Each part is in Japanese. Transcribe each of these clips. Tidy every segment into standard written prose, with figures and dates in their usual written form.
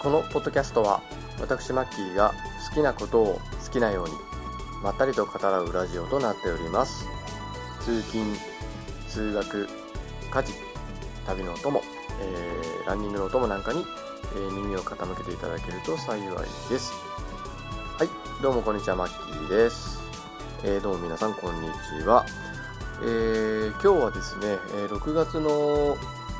このポッドキャストは私マッキーが好きなことを好きなようにまったりと語らうラジオとなっております。通勤、通学、家事、旅のお供、ランニングのお供なんかに、耳を傾けていただけると幸いです。はい、どうもこんにちは、マッキーです。どうも皆さんこんにちは。今日はですね、6月の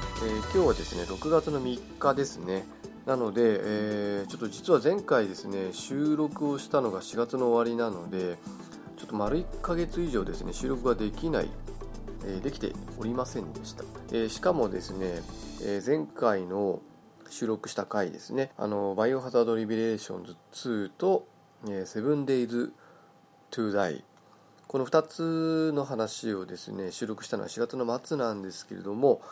3日ですね。なので、ちょっと実は前回ですね、収録をしたのが4月の終わりなので、ちょっと丸1ヶ月以上ですね、収録ができておりませんでした。しかもですね、前回の収録した回ですね、バイオハザードリベレーションズ2と、7 Days to Die、この2つの話をですね、収録したのは4月の末なんですけれども、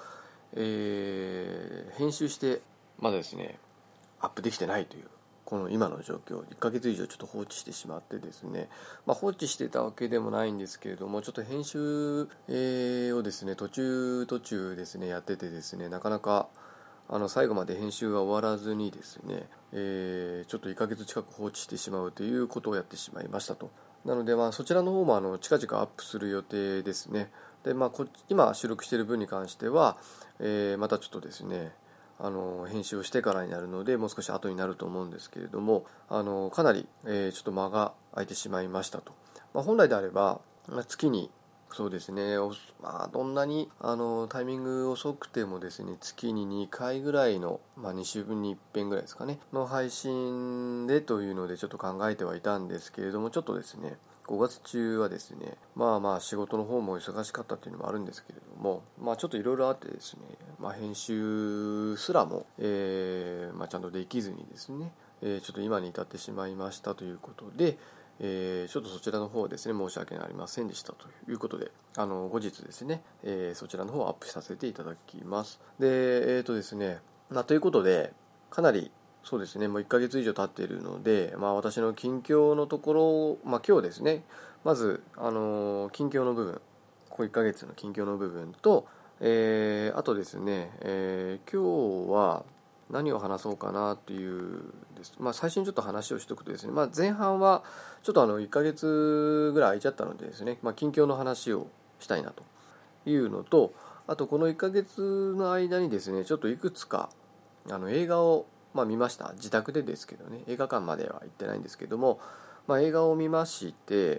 編集してまだですねアップできてないというこの今の状況、1ヶ月以上ちょっと放置してしまってですね、放置してたわけでもないんですけれども、ちょっと編集、をですね途中ですねやっててですね、なかなか最後まで編集が終わらずにですね、ちょっと1ヶ月近く放置してしまうということをやってしまいましたと。なのでそちらの方も近々アップする予定ですね。で今収録している分に関しては、またちょっとですね編集をしてからになるので、もう少し後になると思うんですけれども、かなり、ちょっと間が空いてしまいましたと。本来であれば月にそうですね、どんなにタイミング遅くてもですね、月に2回ぐらいの、2週分に1遍ぐらいですかねの配信でというのでちょっと考えてはいたんですけれども、ちょっとですね5月中はですね、仕事の方も忙しかったというのもあるんですけれども、ちょっといろいろあってですね、編集すらも、ちゃんとできずにですね、ちょっと今に至ってしまいましたということで、ちょっとそちらの方ですね、申し訳ありませんでしたということで、後日ですね、そちらの方をアップさせていただきます。で、ですね、ということで、かなりそうですね、もう1ヶ月以上経っているので、私の近況のところを、今日ですね、まず、近況の部分、ここ1ヶ月の近況の部分と、あとですね、今日は何を話そうかなというです、最初にちょっと話をしておくとですね、前半はちょっと1ヶ月ぐらい空いちゃったのでですね、近況の話をしたいなというのと、あとこの1ヶ月の間にですね、ちょっといくつか映画を見ました。自宅でですけどね、映画館までは行ってないんですけども、映画を見まして、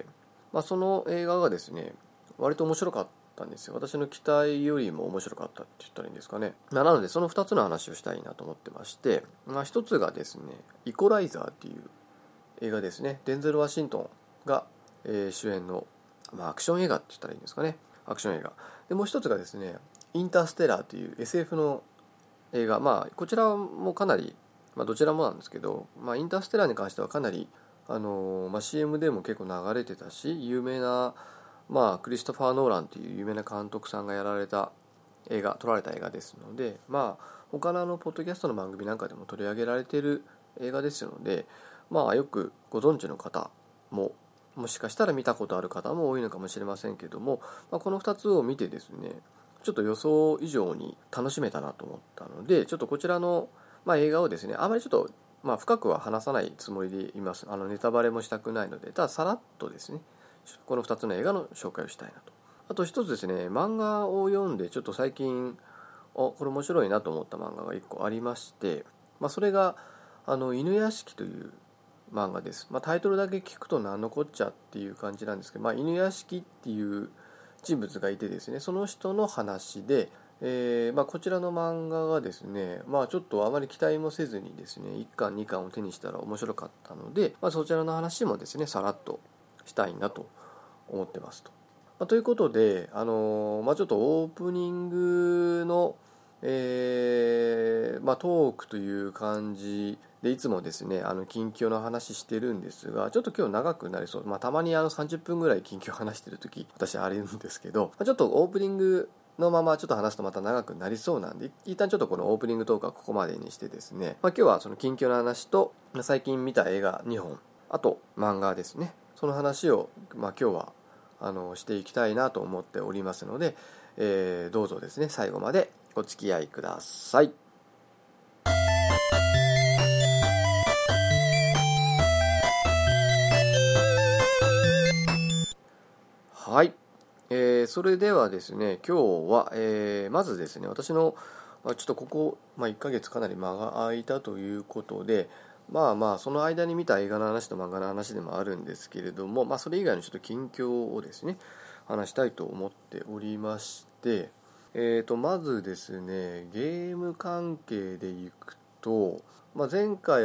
その映画がですね割と面白かったんですよ。私の期待よりも面白かったって言ったらいいんですかね。なのでその2つの話をしたいなと思ってまして、1つがですねイコライザーっていう映画ですね。デンゼル・ワシントンが、主演の、アクション映画って言ったらいいんですかね。アクション映画で、もう1つがですねインターステラーという SF の映画、こちらもかなり、どちらもなんですけど、インターステラーに関してはかなりCM でも結構流れてたし、有名な、クリストファー・ノーランという有名な監督さんが撮られた映画ですので、他のポッドキャストの番組なんかでも取り上げられている映画ですので、よくご存知の方ももしかしたら見たことある方も多いのかもしれませんけども、この2つを見てですね、ちょっと予想以上に楽しめたなと思ったので、ちょっとこちらの、映画をですね、あまりちょっと深くは話さないつもりでいます。ネタバレもしたくないので、たださらっとですねこの2つの映画の紹介をしたいなと。あと一つですね、漫画を読んでちょっと最近これ面白いなと思った漫画が1個ありまして、それが犬屋敷という漫画です。タイトルだけ聞くと何のこっちゃっていう感じなんですけど、犬屋敷っていう人物がいてですね、その人の話で、こちらの漫画がですね、ちょっとあまり期待もせずにですね、1巻2巻を手にしたら面白かったので、そちらの話もですねさらっとしたいなと思ってますと。ということで、ちょっとオープニングの、トークという感じでいつもですね近況の話してるんですが、ちょっと今日長くなりそう。たまに30分ぐらい近況話してる時私あるんですけど、ちょっとオープニングのままちょっと話すとまた長くなりそうなんで、一旦ちょっとこのオープニングトークはここまでにしてですね、今日はその近況の話と最近見た映画2本、あと漫画ですね、その話を、今日はしていきたいなと思っておりますので、どうぞですね最後までお付き合いください。 それではですね、今日は、まずですね、私の、ちょっとここ、1ヶ月かなり間が空いたということで、その間に見た映画の話と漫画の話でもあるんですけれども、それ以外のちょっと近況をですね、話したいと思っておりまして、まずですね、ゲーム関係でいくと、前回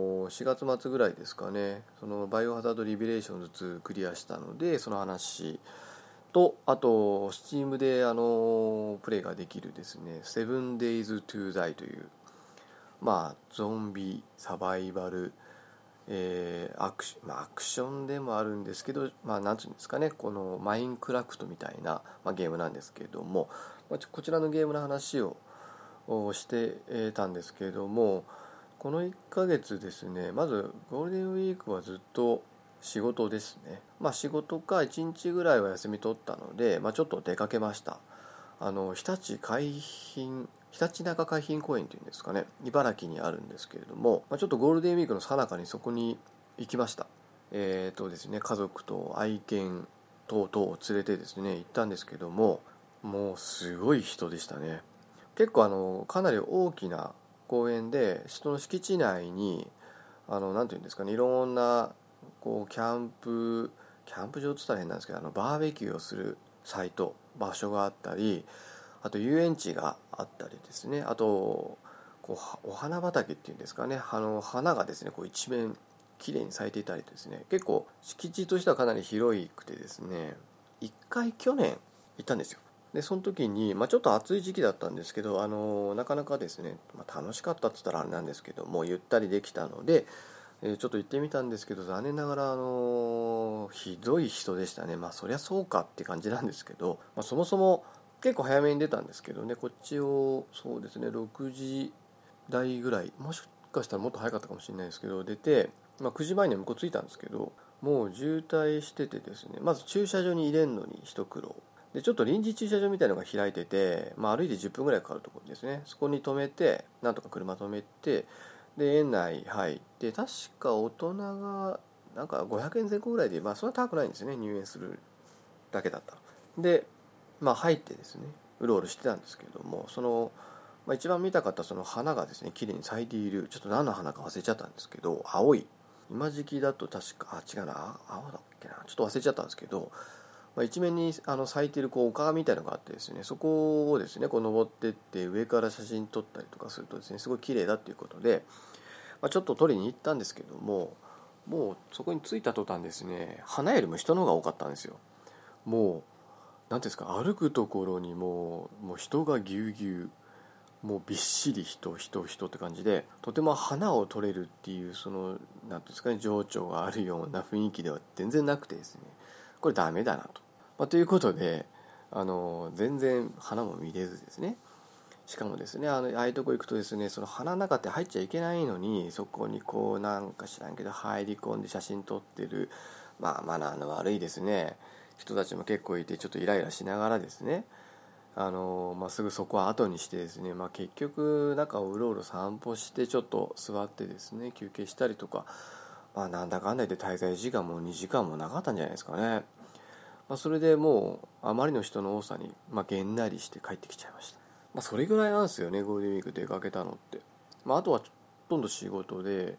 4月末ぐらいですかね、そのバイオハザードリベレーションズ2クリアしたので、その話と、あと Steam でプレイができるですね、7 Days to Die という、ゾンビサバイバル、アクションでもあるんですけど、なんていうんですかね、このマインクラフトみたいな、ゲームなんですけれども、こちらのゲームの話をしてたんですけれども、この1ヶ月ですね、まずゴールデンウィークはずっと仕事ですね。仕事か1日ぐらいは休み取ったので、ちょっと出かけました。日立中海浜公園というんですかね、茨城にあるんですけれども、ちょっとゴールデンウィークの最中にそこに行きました。ですね、家族と愛犬等々を連れてですね行ったんですけども、もうすごい人でしたね。結構かなり大きな公園で、その敷地内になんていうんですかね、いろんなこうキャンプ場って言ったら変なんですけど、バーベキューをする場所があったり、あと遊園地があったりですね、あとこうお花畑っていうんですかね、花がですねこう一面綺麗に咲いていたりですね、結構敷地としてはかなり広くてですね、一回去年行ったんですよ。でその時に、ちょっと暑い時期だったんですけど、なかなかですね、楽しかったって言ったらあれなんですけども、ゆったりできたので、ちょっと行ってみたんですけど、残念ながらひどい人でしたね。そりゃそうかって感じなんですけど、そもそも結構早めに出たんですけどね、こっちをそうですね6時台ぐらい、もしかしたらもっと早かったかもしれないですけど出て、9時前には向こう着いたんですけど、もう渋滞しててですね、まず駐車場に入れるのに一苦労で、ちょっと臨時駐車場みたいなのが開いてて、歩いて10分ぐらいかかるところですね。そこに止めて、なんとか車止めて、で園内入って、確か大人がなんか500円前後ぐらいで、そんな高くないんですね、入園するだけだったら。で入ってですね、うろうろしてたんですけども、一番見たかったその花がですね綺麗に咲いている、ちょっと何の花か忘れちゃったんですけど、青い、今時期だと確か違うな、青だっけな、ちょっと忘れちゃったんですけど、一面に咲いているこう丘みたいなのがあってですね、そこをですねこう登ってって上から写真撮ったりとかするとですね、すごい綺麗だっていうことで、ちょっと撮りに行ったんですけども、もうそこに着いた途端ですね、花よりも人の方が多かったんですよ。もう何ていうんですか、歩くところにもう人がぎゅうぎゅう、もうびっしり人って感じで、とても花を撮れるっていうその何ていうんですかね、情緒があるような雰囲気では全然なくてですね、これダメだなと、ということで全然花も見れずですね、しかもですね、ああいうとこ行くとですね、その花の中って入っちゃいけないのに、そこにこうなんか知らんけど入り込んで写真撮ってる、マナーの悪いですね人たちも結構いて、ちょっとイライラしながらですね、すぐそこは後にしてですね、結局中をうろうろ散歩して、ちょっと座ってですね休憩したりとか、なんだかんだで滞在時間も2時間もなかったんじゃないですかね。それでもうあまりの人の多さに、げんなりして帰ってきちゃいました。それぐらいなんですよね、ゴールデンウィーク出かけたのって。あとはほとんど仕事で、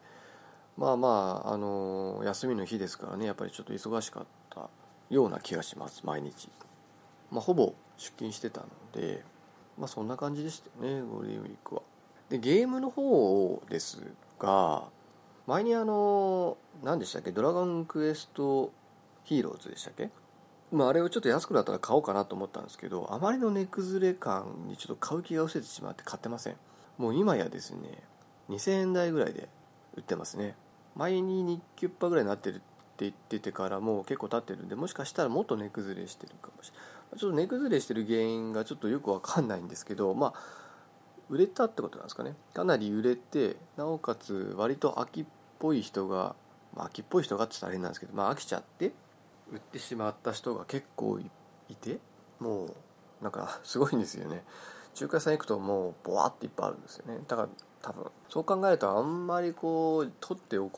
休みの日ですからね、やっぱりちょっと忙しかったような気がします、毎日。ほぼ出勤してたので、そんな感じでしたね、ゴールデンウィークは。で、ゲームの方ですが、前に何でしたっけ、ドラゴンクエストヒーローズでしたっけ、あれをちょっと安くなったら買おうかなと思ったんですけど、あまりの値崩れ感にちょっと買う気が失せてしまって買ってません。もう今やですね、2000円台ぐらいで売ってますね。前に2キュッパぐらいになってるって言っててからもう結構経ってるんで、もしかしたらもっと値崩れしてるかもしれない。ちょっと値崩れしてる原因がちょっとよくわかんないんですけど、売れたってことなんですかね。かなり売れて、なおかつ割と秋っぽい人が、秋っぽい人がって言ったら変なんですけど、飽きちゃって売ってしまった人が結構いて、もうなんかすごいんですよね。中華屋さん行くともうボワっていっぱいあるんですよね。だから多分そう考えると、あんまりこう取っておこうっ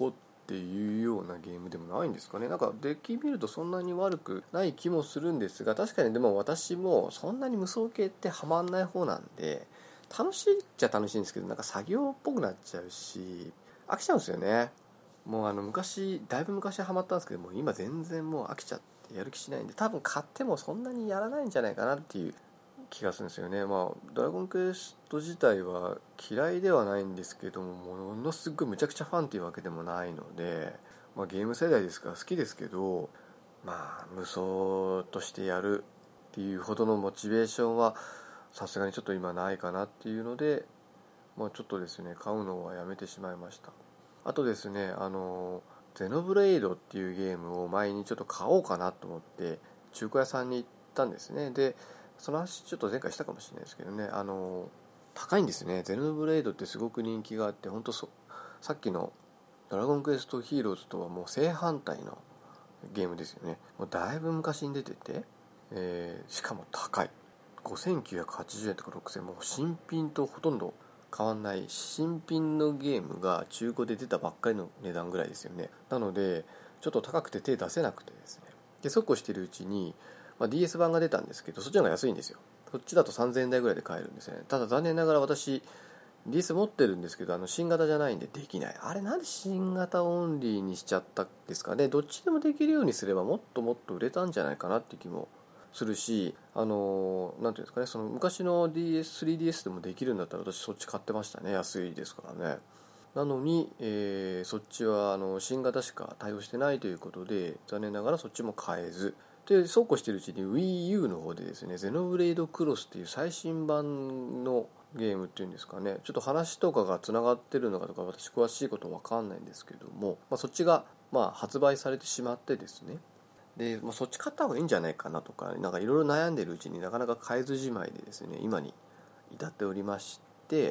っていうようなゲームでもないんですかね。なんかデッキ見るとそんなに悪くない気もするんですが、確かにでも私もそんなに無双系ってハマんない方なんで、楽しいっちゃ楽しいんですけど、なんか作業っぽくなっちゃうし飽きちゃうんですよね。もう昔だいぶ昔ハマったんですけども、今全然もう飽きちゃってやる気しないんで、多分買ってもそんなにやらないんじゃないかなっていう気がするんですよね。ドラゴンクエスト自体は嫌いではないんですけども、ものすごいむちゃくちゃファンっていうわけでもないので、ゲーム世代ですから好きですけど、無双としてやるっていうほどのモチベーションはさすがにちょっと今ないかなっていうので、ちょっとですね買うのはやめてしまいました。あとですね、ゼノブレイドっていうゲームを前にちょっと買おうかなと思って中古屋さんに行ったんですね。でその話ちょっと前回したかもしれないですけどね、高いんですね。ゼノブレイドってすごく人気があって、本当さっきのドラゴンクエストヒーローズとはもう正反対のゲームですよね。もうだいぶ昔に出てて、しかも高い、5980円とか6000円、もう新品とほとんど変わんない新品のゲームが中古で出たばっかりの値段ぐらいですよね。なのでちょっと高くて手出せなくてですね、でそうこうしてるうちに、DS 版が出たんですけど、そっちの方が安いんですよ。そっちだと3000円台ぐらいで買えるんですね。ただ残念ながら私 DS 持ってるんですけど、新型じゃないんでできない。あれなんで新型オンリーにしちゃったんですかね。どっちでもできるようにすればもっともっと売れたんじゃないかなっていう気もするし、なんていうんですかね、その昔の 3DS でもできるんだったら私そっち買ってましたね。安いですからね。なのに、そっちは新型しか対応してないということで、残念ながらそっちも買えずで、そうこうしているうちに Wii U の方でですね、ゼノブレイドクロスっていう最新版のゲームっていうんですかね、ちょっと話とかがつながってるのかとか私詳しいこと分かんないんですけども、そっちが発売されてしまってですね、で、そっち買った方がいいんじゃないかなとか、なんかいろいろ悩んでるうちになかなか買えずじまいでですね、今に至っておりまして、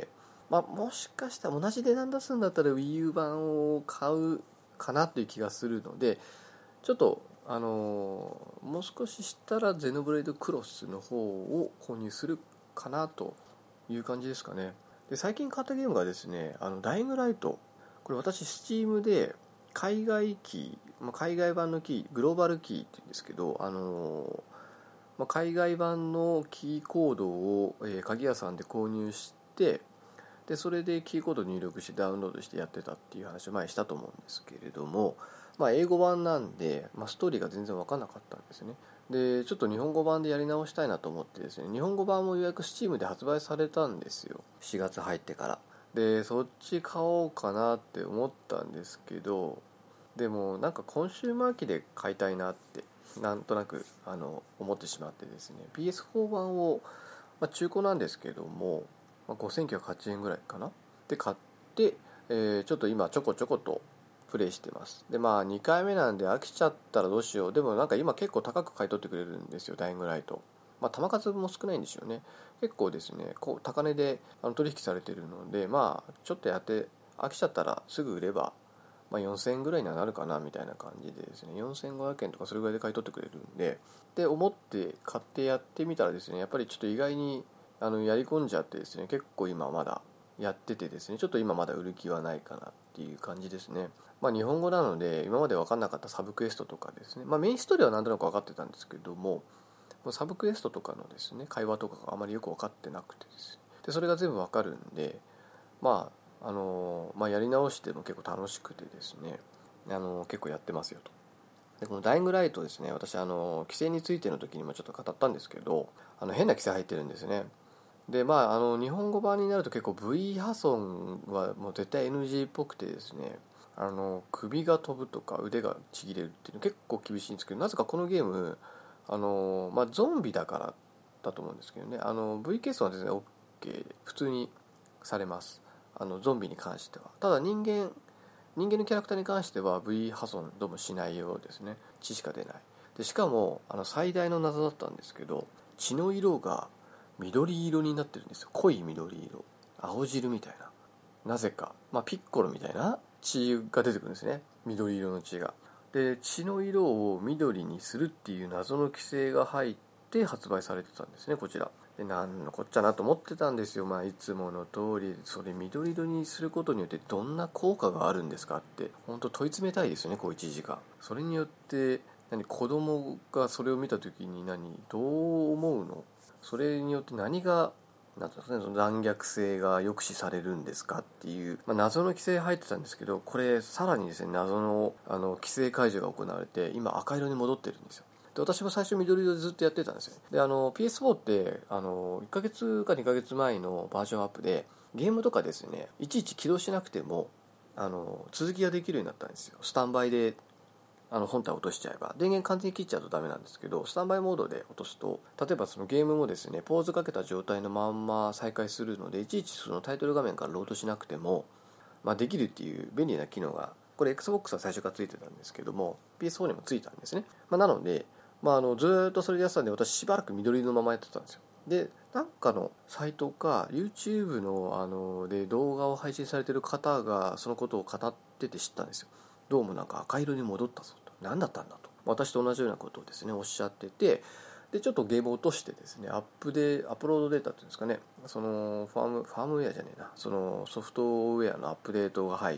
もしかしたら同じ値段出すんだったら Wii U 版を買うかなという気がするので、ちょっともう少ししたらゼノブレイドクロスの方を購入するかなという感じですかね。で最近買ったゲームがですね、ダイイングライト、これ私 Steam で海外キー、海外版のキー、グローバルキーって言うんですけど、海外版のキーコードを、鍵屋さんで購入して、でそれでキーコード入力してダウンロードしてやってたっていう話を前にしたと思うんですけれども、英語版なんで、ストーリーが全然分からなかったんですね。でちょっと日本語版でやり直したいなと思ってですね、日本語版も予約 Steam で発売されたんですよ、4月入ってから。でそっち買おうかなって思ったんですけど、でもなんかコンシューマー機で買いたいなってなんとなく思ってしまってですね、 PS4 版を、中古なんですけども、5980円ぐらいかなで買って、ちょっと今ちょこちょことプレイしてます。で2回目なんで飽きちゃったらどうしよう。でもなんか今結構高く買い取ってくれるんですよ、ダイイングライト。球数も少ないんですよね。結構ですね高値で取引されているので、ちょっとやって飽きちゃったらすぐ売れば、4000円ぐらいにはなるかなみたいな感じでですね、4500円とかそれぐらいで買い取ってくれるんで、で思って買ってやってみたらですね、やっぱりちょっと意外にやり込んじゃってですね、結構今まだやっててですね、ちょっと今まだ売る気はないかなっていう感じですね。日本語なので今まで分かんなかったサブクエストとかですね、メインストーリーはなんとなく分かってたんですけども、サブクエストとかのですね会話とかがあまりよく分かってなくてですね、でそれが全部分かるんで、やり直しても結構楽しくてですね、結構やってますよと。でこのダイイングライトですね、私規制についての時にもちょっと語ったんですけど、変な規制入ってるんですね。で日本語版になると結構 V 破損はもう絶対 NG っぽくてですね、首が飛ぶとか腕がちぎれるっていうの結構厳しいんですけど、なぜかこのゲームゾンビだからだと思うんですけどね、V ケースはですね OK 普通にされます。ゾンビに関しては。ただ人間のキャラクターに関しては V 破損どうもしないようですね。血しか出ない。でしかも最大の謎だったんですけど、血の色が緑色になってるんですよ。濃い緑色、青汁みたいな、なぜかピッコロみたいな血が出てくるんですね、緑色の血が。で血の色を緑にするっていう謎の規制が入って発売されてたんですね、こちら。 でなんのこっちゃなと思ってたんですよ。いつもの通りそれ緑色にすることによってどんな効果があるんですかって本当問い詰めたいですよね。こう1時間それによって子供がそれを見た時にどう思うの、それによって何がなんていうんですかね、その残虐性が抑止されるんですかっていう、謎の規制入ってたんですけど、これさらにですね謎の規制解除が行われて今赤色に戻ってるんですよ。で私も最初緑色でずっとやってたんですよ。でPS4 って1ヶ月か2ヶ月前のバージョンアップでゲームとかですねいちいち起動しなくても続きができるようになったんですよ。スタンバイで本体を落としちゃえば、電源完全に切っちゃうとダメなんですけど、スタンバイモードで落とすと例えばそのゲームもですねポーズかけた状態のまんま再開するのでいちいちそのタイトル画面からロードしなくても、できるっていう便利な機能がこれ XBOX は最初からついてたんですけども PS4 にもついたんですね。なので、ずっとそれでやってたんで私しばらく緑のままやってたんですよ。でなんかのサイトか YouTube ので動画を配信されてる方がそのことを語ってて知ったんですよ。どうも赤色に戻ったぞと、何だったんだと私と同じようなことをですねおっしゃってて、でちょっとゲームを落としてですねアップロードデータっていうんですかね、そのファームウェアじゃねえな、そのソフトウェアのアップデートが入って、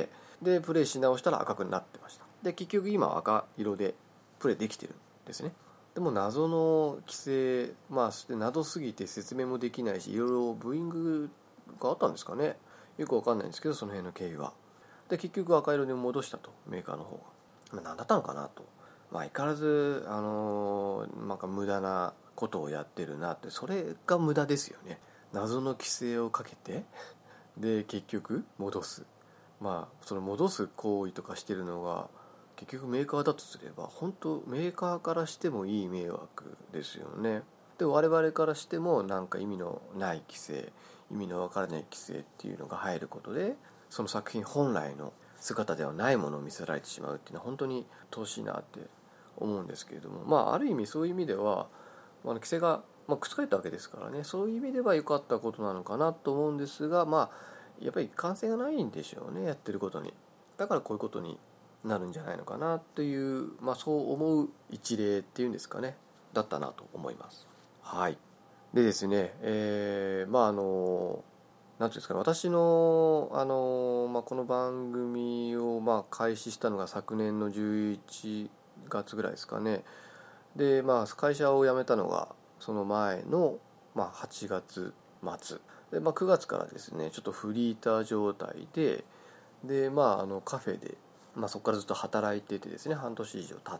でプレイし直したら赤くなってました。で結局今は赤色でプレイできてるんですね。でも謎の規制、謎すぎて説明もできないし、いろいろブーイングがあったんですかね、よくわかんないんですけど、その辺の経緯は。で結局赤色に戻したと、メーカーの方が。何だったのかなと。相変わらず無駄なことをやってるなって、それが無駄ですよね。謎の規制をかけてで結局戻す、その戻す行為とかしてるのが結局メーカーだとすれば本当メーカーからしてもいい迷惑ですよね。で我々からしても意味のない規制、意味のわからない規制っていうのが入ることで、その作品本来の姿ではないものを見せられてしまうっていうのは本当に遠しいなって思うんですけれども、ある意味そういう意味では、規制が、覆ったわけですからね、そういう意味では良かったことなのかなと思うんですが、やっぱり完成がないんでしょうね、やってることに。だからこういうことになるんじゃないのかなという、そう思う一例っていうんですかね、だったなと思います。はい。でですね、なんていうんですかね、私の、この番組を、開始したのが昨年の11月ぐらいですかね。で、会社を辞めたのがその前の、8月末で、9月からですねちょっとフリーター状態で、カフェで、そこからずっと働いててですね、半年以上経って、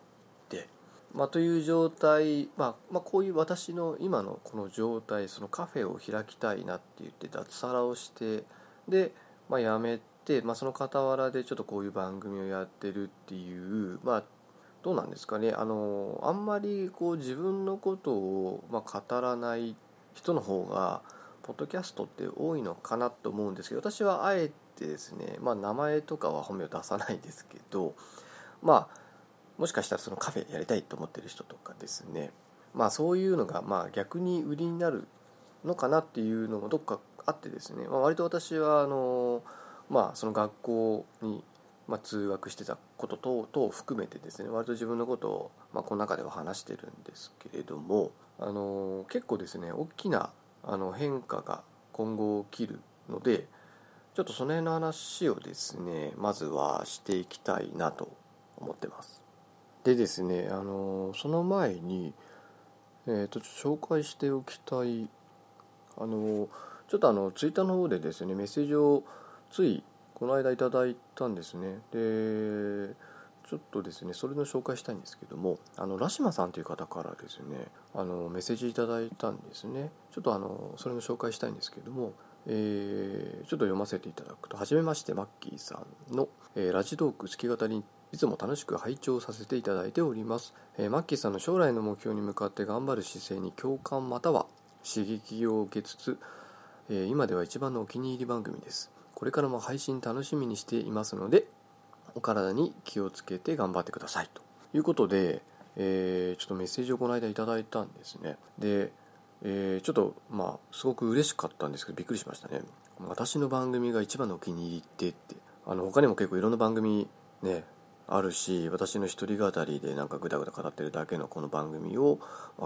という状態、こういう私の今のこの状態、そのカフェを開きたいなって言って脱サラをして、で、辞めて、その傍らでちょっとこういう番組をやってるっていう、どうなんですかね、あんまり自分のことを、語らない人の方がポッドキャストって多いのかなと思うんですけど、私はあえてですね、名前とかは本名出さないですけど、もしかしたらそのカフェやりたいと思ってる人とかですね、そういうのが逆に売りになるのかなっていうのもどっかあってですね、割と私はその学校に通学してたこと等々を含めてですね、割と自分のことを、この中では話してるんですけれども、結構ですね大きな変化が今後起きるので、ちょっとその辺の話をですねまずはしていきたいなと思ってます。でですね、その前に、ちょっと紹介しておきたいちょっとツイッターの方でですねメッセージをついこの間いただいたんですね。でちょっとですねそれの紹介したいんですけども、ラシマさんという方からですねメッセージいただいたんですね。ちょっとそれの紹介したいんですけども、ちょっと読ませていただくと、はじめましてマッキーさんの、ラジトーク好き語りいつも楽しく拝聴させていただいております。マッキーさんの将来の目標に向かって頑張る姿勢に共感または刺激を受けつつ、今では一番のお気に入り番組です。これからも配信楽しみにしていますので、お体に気をつけて頑張ってくださいということで、ちょっとメッセージをこの間いただいたんですね。で、ちょっとすごく嬉しかったんですけどびっくりしましたね。私の番組が一番のお気に入りって他にも結構いろんな番組ねあるし、私の一人語りでぐだぐだ語ってるだけのこの番組を、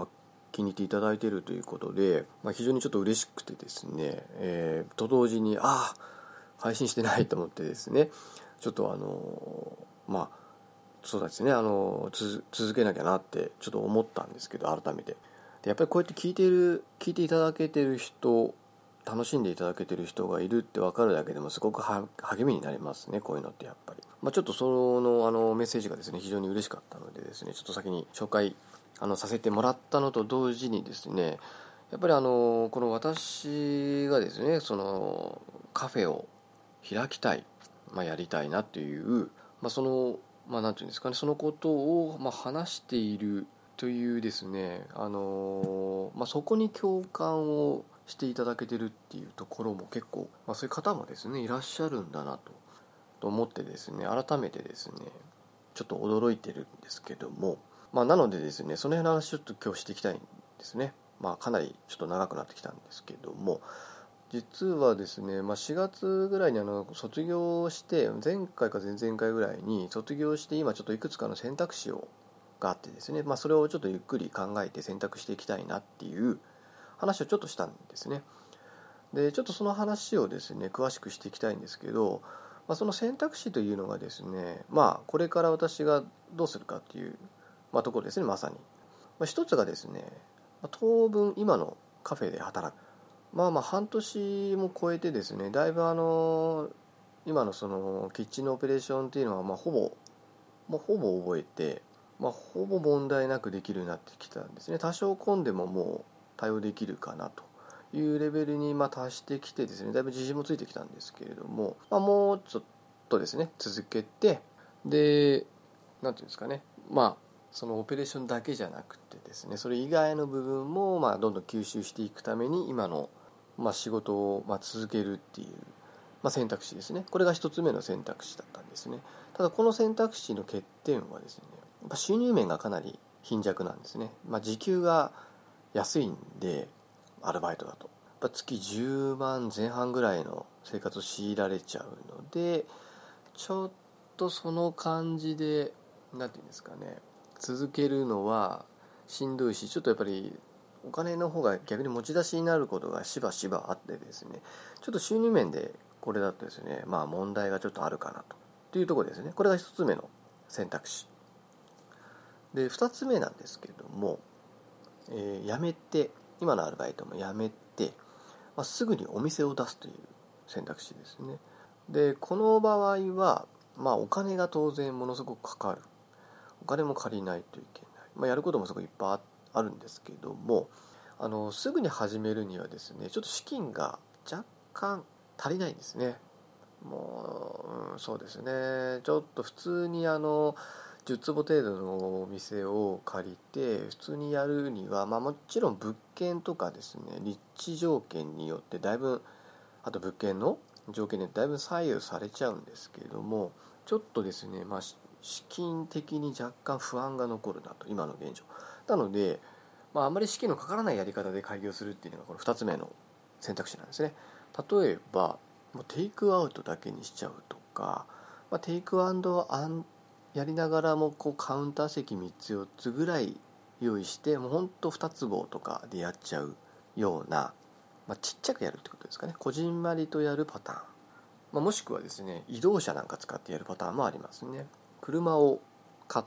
気に入っていただいているということで、非常にちょっと嬉しくてですね、と同時に配信してないと思ってですね、ちょっとそうですね、続けなきゃなってちょっと思ったんですけど、改めてでやっぱりこうやって聞いていただけてる人、楽しんでいただけてる人がいるって分かるだけでもすごく励みになりますね、こういうのってやっぱり。ちょっとそのメッセージがですね非常に嬉しかったのでですね、ちょっと先に紹介させてもらったのと同時にですね、やっぱりこの私がですね、そのカフェを開きたい、やりたいなっていう、なんていうんですかね、そのことを話しているというですね、そこに共感をしていただけてるっていうところも結構、そういう方もですねいらっしゃるんだなと思ってですね、改めてですねちょっと驚いてるんですけども、なのでですね、その辺の話ちょっと今日していきたいんですね。かなりちょっと長くなってきたんですけども、実はですね、4月ぐらいに卒業して、前回か前々回ぐらいに卒業して、今ちょっといくつかの選択肢があってですね、それをちょっとゆっくり考えて選択していきたいなっていう話をちょっとしたんですね。でちょっとその話をですね詳しくしていきたいんですけど、その選択肢というのがですね、これから私がどうするかっていう、ところですね、まさに。一つがですね、当分今のカフェで働く。半年も超えてですね、だいぶ今のそのキッチンのオペレーションっていうのはほぼ覚えて、ほぼ問題なくできるようになってきたんですね。多少混んでももう対応できるかなというレベルに達してきてですね、だいぶ自信もついてきたんですけれども、もうちょっとですね続けて、でなんていうんですかね、そのオペレーションだけじゃなくてですね、それ以外の部分もどんどん吸収していくために今の仕事を続けるっていう、選択肢ですね。これが一つ目の選択肢だったんですね。ただこの選択肢の欠点はですね、やっぱ収入面がかなり貧弱なんですね。時給が安いんで、アルバイトだとやっぱ月10万前半ぐらいの生活を強いられちゃうので、ちょっとその感じでなんていうんですかね、続けるのはしんどいし、ちょっとやっぱりお金の方が逆に持ち出しになることがしばしばあってですね、ちょっと収入面でこれだとですね、問題がちょっとあるかなというところですね。これが一つ目の選択肢で、二つ目なんですけれども、辞めて、今のアルバイトも辞めて、すぐにお店を出すという選択肢ですね。でこの場合は、お金が当然ものすごくかかる、お金も借りないといけない、やることもすごいいっぱいあるんですけども、すぐに始めるにはですね、ちょっと資金が若干足りないんですね。そうですね、ちょっと普通に10坪程度のお店を借りて普通にやるには、もちろん物件とかですね、立地条件によってだいぶ、あと物件の条件でだいぶ左右されちゃうんですけれども、ちょっとですね、資金的に若干不安が残るなと、今の現状なので、あんまり資金のかからないやり方で開業するっていうのがこの2つ目の選択肢なんですね。例えばテイクアウトだけにしちゃうとか、テイクアンドアンやりながらもカウンター席3つ4つぐらい用意して、もうほんと2坪とかでやっちゃうような、ちっちゃくやるってことですかね。こじんまりとやるパターン、もしくはですね、移動車なんか使ってやるパターンもありますね。車を買って、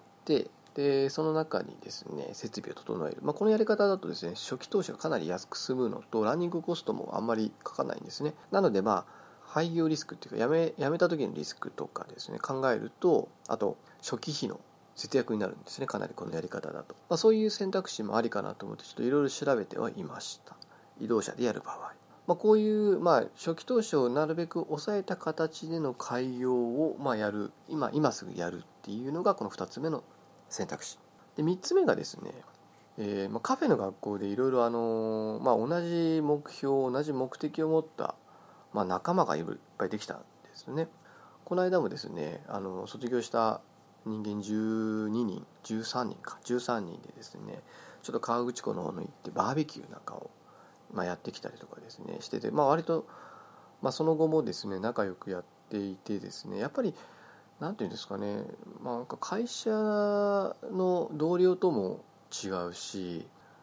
でその中にですね設備を整える、このやり方だとですね、初期投資がかなり安く済むのと、ランニングコストもあんまりかかんないんですね。なので廃業リスクっていうか、やめた時のリスクとかですね考えると、あと初期費の節約になるんですね、かなりこのやり方だと。そういう選択肢もありかなと思ってちょっといろいろ調べてはいました。移動車でやる場合、こういう初期投資をなるべく抑えた形での開業をやる、今すぐやるっていうのがこの2つ目の選択肢で、3つ目がですね、カフェの学校でいろいろ同じ目標同じ目的を持った仲間がいっぱいできたんですね。この間もですね、卒業した人間13人でですね、ちょっと河口湖の方に行ってバーベキューなんかを、やってきたりとかですねしてて、割と、その後もですね仲良くやっていてですね、やっぱりなんていうんですかね、会社の同僚とも違うし、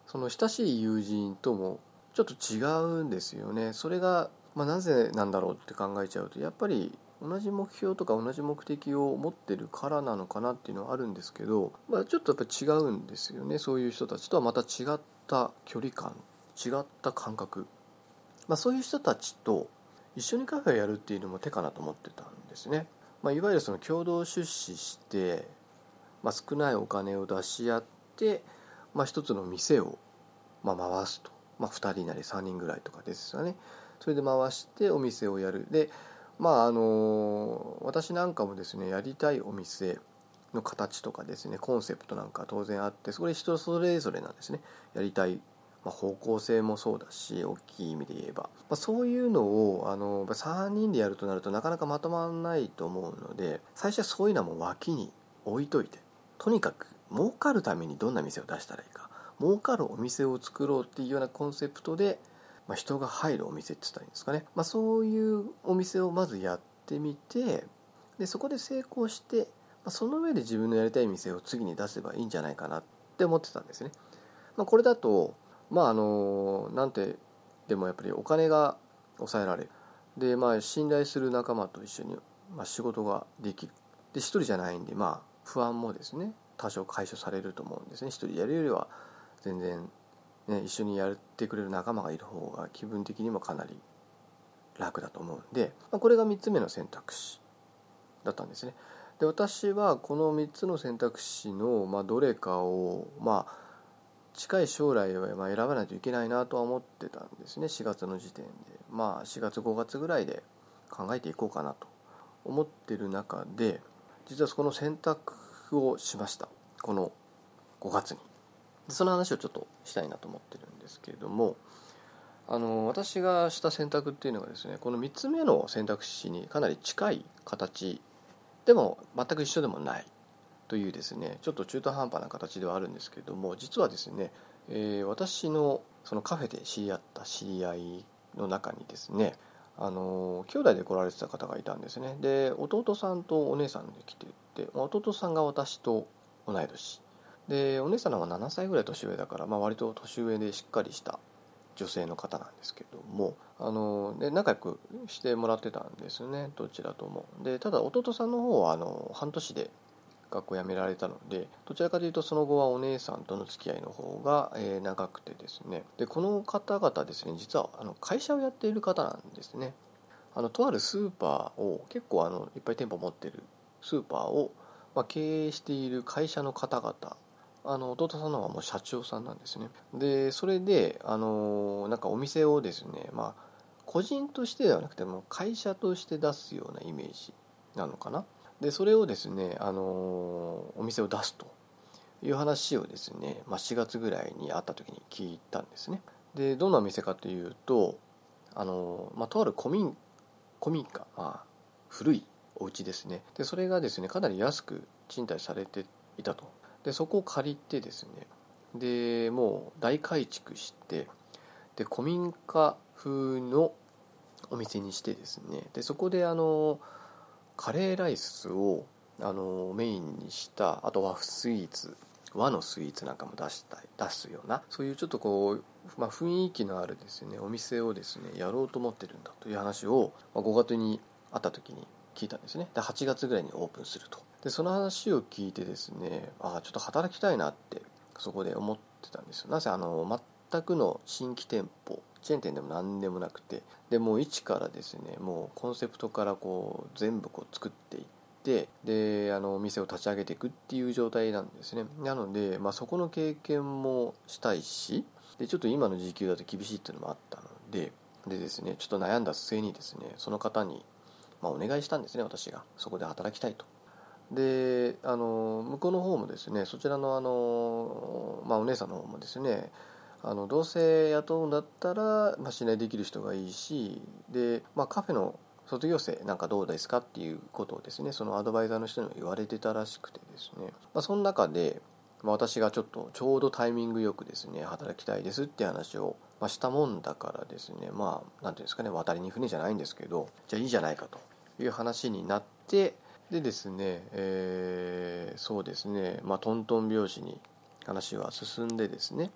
その親しい友人ともちょっと違うんですよね。それが、なぜなんだろうって考えちゃうと、やっぱり同じ目標とか同じ目的を持ってるからなのかなっていうのはあるんですけど、ちょっとやっぱ違うんですよね。そういう人たちとはまた違った距離感、違った感覚、そういう人たちと一緒にカフェをやるっていうのも手かなと思ってたんですね。いわゆるその共同出資して、少ないお金を出し合って、一つの店を回すと、2人なり3人ぐらいとかですよね。それで回してお店をやる。で、私なんかもですね、やりたいお店の形とかですね、コンセプトなんか当然あって、それ人それぞれなんですね。やりたい、方向性もそうだし、大きい意味で言えば、そういうのを3人でやるとなるとなかなかまとまらないと思うので、最初はそういうのはもう脇に置いといて、とにかく儲かるためにどんな店を出したらいいか、儲かるお店を作ろうっていうようなコンセプトで、人が入るお店って言ったらいいんですかね、そういうお店をまずやってみて、でそこで成功して、その上で自分のやりたい店を次に出せばいいんじゃないかなって思ってたんですね。これだとなんてでもやっぱりお金が抑えられる。で信頼する仲間と一緒に、仕事ができる。で一人じゃないんで、不安もですね多少解消されると思うんですね。一人でやるよりは全然、一緒にやってくれる仲間がいる方が気分的にもかなり楽だと思うんで、これが3つ目の選択肢だったんですね。で私はこの3つの選択肢の、どれかを近い将来は選ばないといけないなとは思ってたんですね。4月の時点で、4月5月ぐらいで考えていこうかなと思ってる中で、実はそこの選択をしました。この5月に。その話をちょっとしたいなと思ってるんですけれども、私がした選択っていうのがですね、この3つ目の選択肢にかなり近い形でも全く一緒でもないというですね、ちょっと中途半端な形ではあるんですけれども、実はですね、私のそのカフェで知り合った知り合いの中にですね、兄弟で来られてた方がいたんですね。で弟さんとお姉さんで来ていて、弟さんが私と同い年で、お姉さんは7歳ぐらい年上だから、割と年上でしっかりした女性の方なんですけども、で仲良くしてもらってたんですね、どちらとも。でただ弟さんの方は半年で学校辞められたので、どちらかというとその後はお姉さんとの付き合いの方が長くてですね、でこの方々ですね、実は会社をやっている方なんですね。とあるスーパーを結構いっぱい店舗持ってるスーパーを、経営している会社の方々、弟さんの方はもう社長さんなんですね。でそれでなんかお店をですね、個人としてではなくても会社として出すようなイメージなのかな。でそれをですね、お店を出すという話をですね、4月ぐらいに会った時に聞いたんですね。でどんなお店かというと、とある古民家、古いお家ですね。でそれがですねかなり安く賃貸されていたと。でそこを借りてですね、でもう大改築して、で古民家風のお店にしてですね、でそこでカレーライスをメインにした、あと和スイーツ、和のスイーツなんかも出すような、そういうちょっと雰囲気のあるですねお店をですねやろうと思ってるんだという話を、5月に会った時に聞いたんですね。で8月ぐらいにオープンすると。でその話を聞いてですね、ちょっと働きたいなってそこで思ってたんですよ。なぜ全くの新規店舗、チェーン店でも何でもなくて、でもう一からですね、もうコンセプトから全部作っていって、でお店を立ち上げていくっていう状態なんですね。なので、そこの経験もしたいし、でちょっと今の時給だと厳しいっていうのもあったので、ですねちょっと悩んだ末にですね、その方にお願いしたんですね。私がそこで働きたいと。で向こうの方もですね、そちらのお姉さんの方もですね、どうせ雇うんだったら、信頼できる人がいいし、で、カフェの卒業生なんかどうですかっていうことをですね、そのアドバイザーの人にも言われてたらしくてですね、その中で、私がちょうどタイミングよくですね働きたいですって話を、したもんだからですね、なんていうんですかね、渡りに船じゃないんですけど、じゃあいいじゃないかという話になって、でですね、そうですね、トントン拍子に話は進んでですね、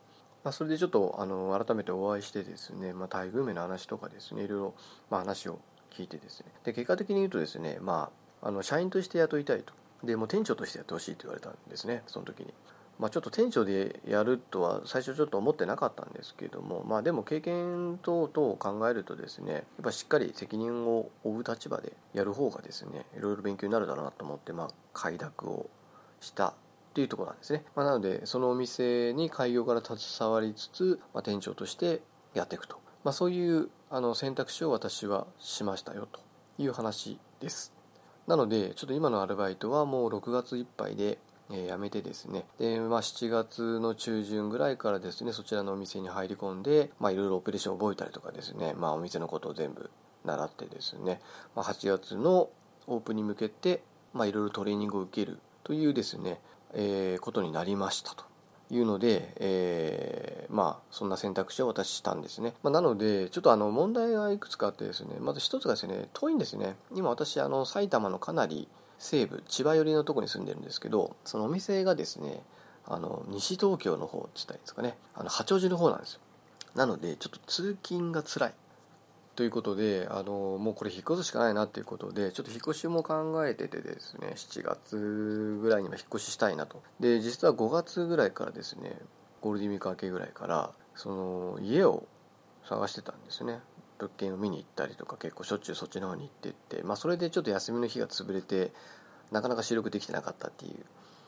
それでちょっと改めてお会いしてですね、待遇面の話とかですね、いろいろ話を聞いてですね、で結果的に言うとですね、社員として雇いたいと、でもう店長としてやってほしいと言われたんですね、その時に。ちょっと店長でやるとは最初ちょっと思ってなかったんですけども、でも経験等々を考えるとですね、やっぱしっかり責任を負う立場でやる方がですね、いろいろ勉強になるだろうなと思って、快諾をしたっていうところなんですね。なのでそのお店に開業から携わりつつ、店長としてやっていくと、そういう選択肢を私はしましたよという話です。なのでちょっと今のアルバイトはもう6月いっぱいで辞めてですね、で、7月の中旬ぐらいからですね、そちらのお店に入り込んで、いろいろオペレーションを覚えたりとかですね、お店のことを全部習ってですね、8月のオープンに向けて、いろいろトレーニングを受けるというですね、ことになりましたというので、そんな選択肢を私したんですね。なのでちょっと問題がいくつかあってですね、まず一つがですね、遠いんですね。今私埼玉のかなり西部、千葉寄りのところに住んでるんですけど、そのお店がですね、西東京の方って言ったらいいんですかね、八王子の方なんですよ。なのでちょっと通勤が辛いということで、もうこれ引っ越すしかないなっていうことで、ちょっと引っ越しも考えててですね、7月ぐらいには引っ越ししたいなと。で、実は5月ぐらいからですね、ゴールデンウィーク明けぐらいからその家を探してたんですね。物件を見に行ったりとか、結構しょっちゅうそっちの方に行ってって、それでちょっと休みの日が潰れて、なかなか収録できてなかったっていう、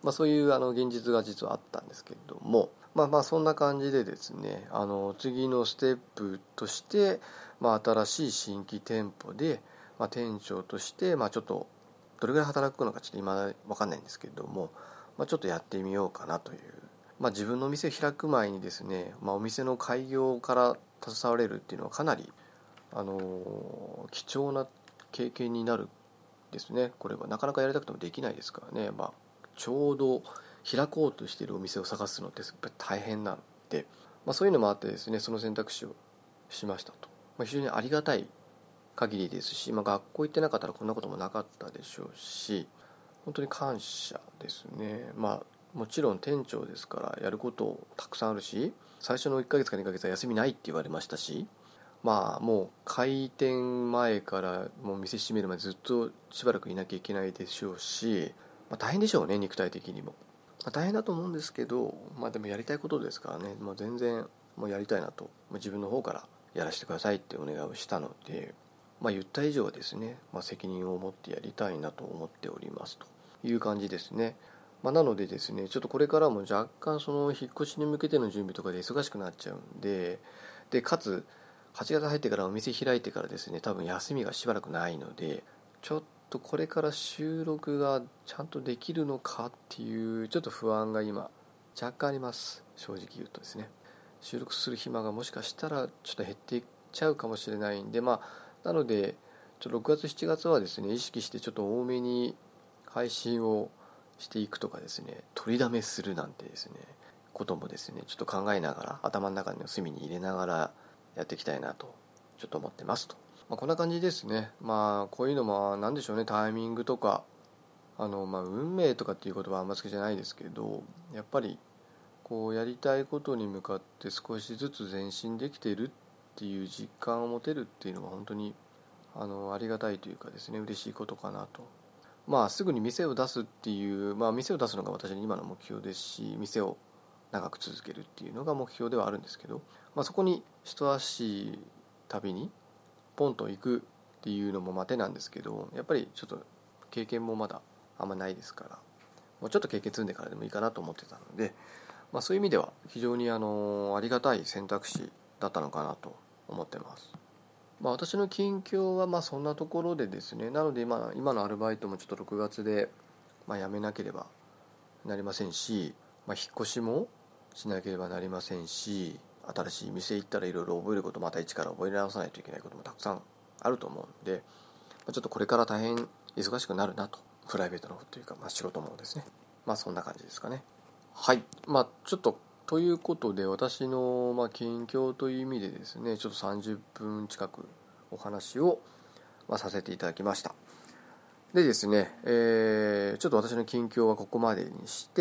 そういう現実が実はあったんですけれども、そんな感じでですね、次のステップとして、新しい新規店舗で、店長として、ちょっとどれぐらい働くのかちょっと今分かんないんですけれども、ちょっとやってみようかなという、自分のお店を開く前にですね、お店の開業から携われるっていうのはかなり貴重な経験になるですね。これはなかなかやりたくてもできないですからね。ちょうど開こうとしているお店を探すのってやっぱり大変なんで、そういうのもあってですね、その選択肢をしましたと。非常にありがたい限りですし、学校行ってなかったらこんなこともなかったでしょうし、本当に感謝ですね。もちろん店長ですからやることたくさんあるし、最初の1ヶ月か2ヶ月は休みないって言われましたし、もう開店前からもう店閉めるまでずっとしばらくいなきゃいけないでしょうし、大変でしょうね、肉体的にも。大変だと思うんですけど、でもやりたいことですからね、全然もうやりたいなと、自分の方からやらせてくださいってお願いをしたので、言った以上はですね、責任を持ってやりたいなと思っておりますという感じですね。なのでですね、ちょっとこれからも若干その引っ越しに向けての準備とかで忙しくなっちゃうんで、かつ8月入ってからお店開いてからですね、多分休みがしばらくないので、ちょっとこれから収録がちゃんとできるのかっていうちょっと不安が今若干あります。正直言うとですね、収録する暇がもしかしたらちょっと減っていっちゃうかもしれないんで、なので6月7月はですね、意識してちょっと多めに配信をしていくとかですね、取りだめするなんてですねこともですね、ちょっと考えながら、頭の中の隅に入れながらやっていきたいなとちょっと思ってますと。こんな感じですね。こういうのも何でしょうね、タイミングとか運命とかっていう言葉はあんま好きじゃないですけど、やっぱりこうやりたいことに向かって少しずつ前進できているっていう実感を持てるっていうのは本当にありがたいというかですね、嬉しいことかなと。すぐに店を出すっていう、店を出すのが私の今の目標ですし、店を長く続けるっていうのが目標ではあるんですけど、そこに一足旅にポンと行くっていうのも手なんですけど、やっぱりちょっと経験もまだあんまないですから、もうちょっと経験積んでからでもいいかなと思ってたので、そういう意味では非常にありがたい選択肢だったのかなと思ってます。私の近況はそんなところでですね、なので今のアルバイトもちょっと6月で辞めなければなりませんし、引っ越しもしなければなりませんし、新しい店行ったらいろいろ覚えること、また一から覚え直さないといけないこともたくさんあると思うんで、ちょっとこれから大変忙しくなるなと、プライベートの方というか、仕事もですね、そんな感じですかね。はい、ちょっとということで、私の近況という意味でですね、ちょっと30分近くお話をさせていただきました。でですね、ちょっと私の近況はここまでにして、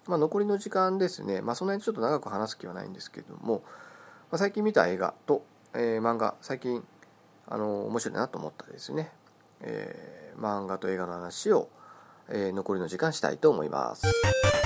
残りの時間ですね、そんなにちょっと長く話す気はないんですけども、最近見た映画と、漫画、最近面白いなと思ったですね、漫画と映画の話を、残りの時間したいと思います。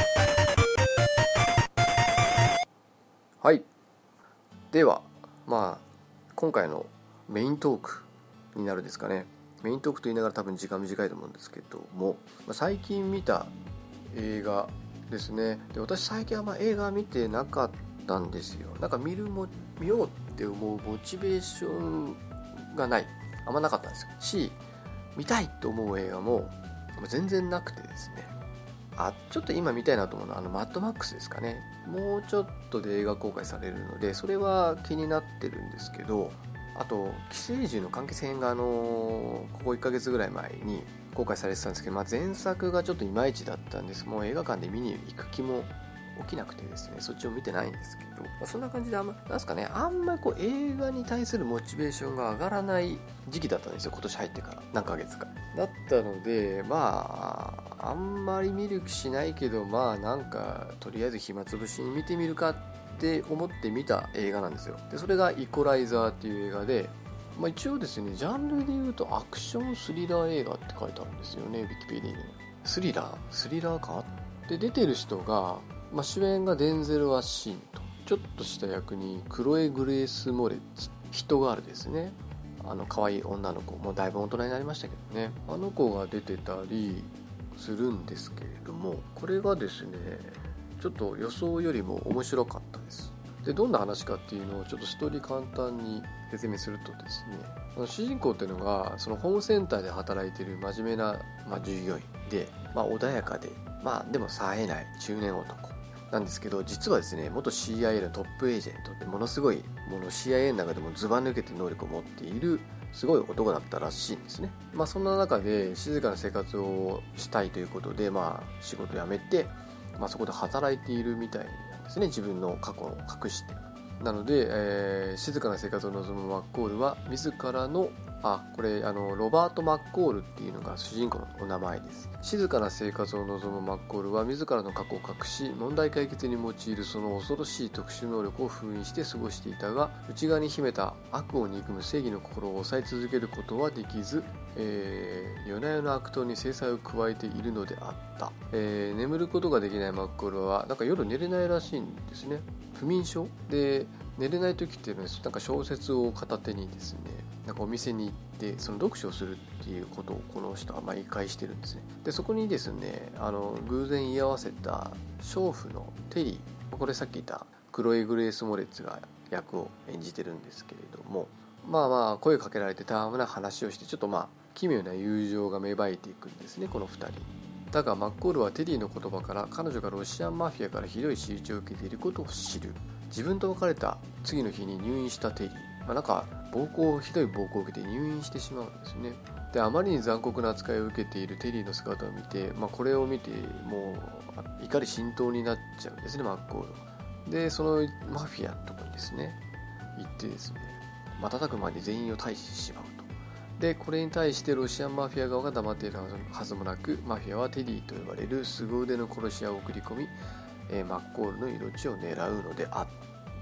はい。では、今回のメイントークになるですかね。メイントークと言いながら多分時間短いと思うんですけども、最近見た映画ですね。で、私最近映画見てなかったんですよ。見ようって思うモチベーションがあんまなかったんですよ。見たいと思う映画も全然なくてですね。ちょっと今見たいなと思うのはマッドマックスですかね。もうちょっとで映画公開されるので、それは気になってるんですけど、あと寄生獣の完結編がここ1ヶ月ぐらい前に公開されてたんですけど、前作がちょっといまいちだったんです。もう映画館で見に行く気も起きなくてですね、そっちを見てないんですけど、そんな感じであんまり映画に対するモチベーションが上がらない時期だったんですよ、今年入ってから何ヶ月かだったので、あんまり見る気しないけど、とりあえず暇つぶしに見てみるかって思って見た映画なんですよ。でそれがイコライザーっていう映画で、一応ですね、ジャンルで言うとアクションスリラー映画って書いてあるんですよね、ウィキペディに。スリラーかで出てる人が、主演がデンゼル・ワシントン、ちょっとした役にクロエ・グレース・モレッツ、人があるですね、可愛い女の子、もうだいぶ大人になりましたけどね、あの子が出てたりするんですけれども、これがですね、ちょっと予想よりも面白かったです。でどんな話かっていうのをちょっとストーリー簡単に説明するとですね、主人公っていうのがそのホームセンターで働いている真面目な、従業員で、穏やかで、でも冴えない中年男なんですけど、実はですね、元 CIA のトップエージェントで、ものすごいCIA の中でもズバ抜けて能力を持っているすごい男だったらしいんですね。そんな中で静かな生活をしたいということで、仕事を辞めて、そこで働いているみたいなんですね、自分の過去を隠して。なので、静かな生活を望むマッコールは自らのロバート・マッコールっていうのが主人公のお名前です。静かな生活を望むマッコールは自らの過去を隠し、問題解決に用いるその恐ろしい特殊能力を封印して過ごしていたが、内側に秘めた悪を憎む正義の心を抑え続けることはできず、夜な夜な悪党に制裁を加えているのであった。眠ることができないマッコールは夜寝れないらしいんですね。不眠症で寝れない時っていうのは小説を片手にですね、お店に行ってその読書をするっていうことをこの人は毎回してるんですね。でそこにですね、偶然居合わせた娼婦のテリー、これさっき言ったクロエ・グレース・モレッツが役を演じてるんですけれども、声かけられてたわむな話をして、ちょっと奇妙な友情が芽生えていくんですね、この2人。だがマッコールはテリーの言葉から彼女がロシアンマフィアからひどい仕打ちを受けていることを知る。自分と別れた次の日に入院したテリー、ひどい暴行を受けて入院してしまうんですね。であまりに残酷な扱いを受けているテリーの姿を見て、これを見てもう怒り心頭になっちゃうんですね、マッコールは。でそのマフィアのところにですね行ってですね、瞬く間に全員を退治してしまうと。でこれに対してロシアンマフィア側が黙っているはずもなく、マフィアはテリーと呼ばれる凄腕の殺し屋を送り込み、マッコールの命を狙うのであった。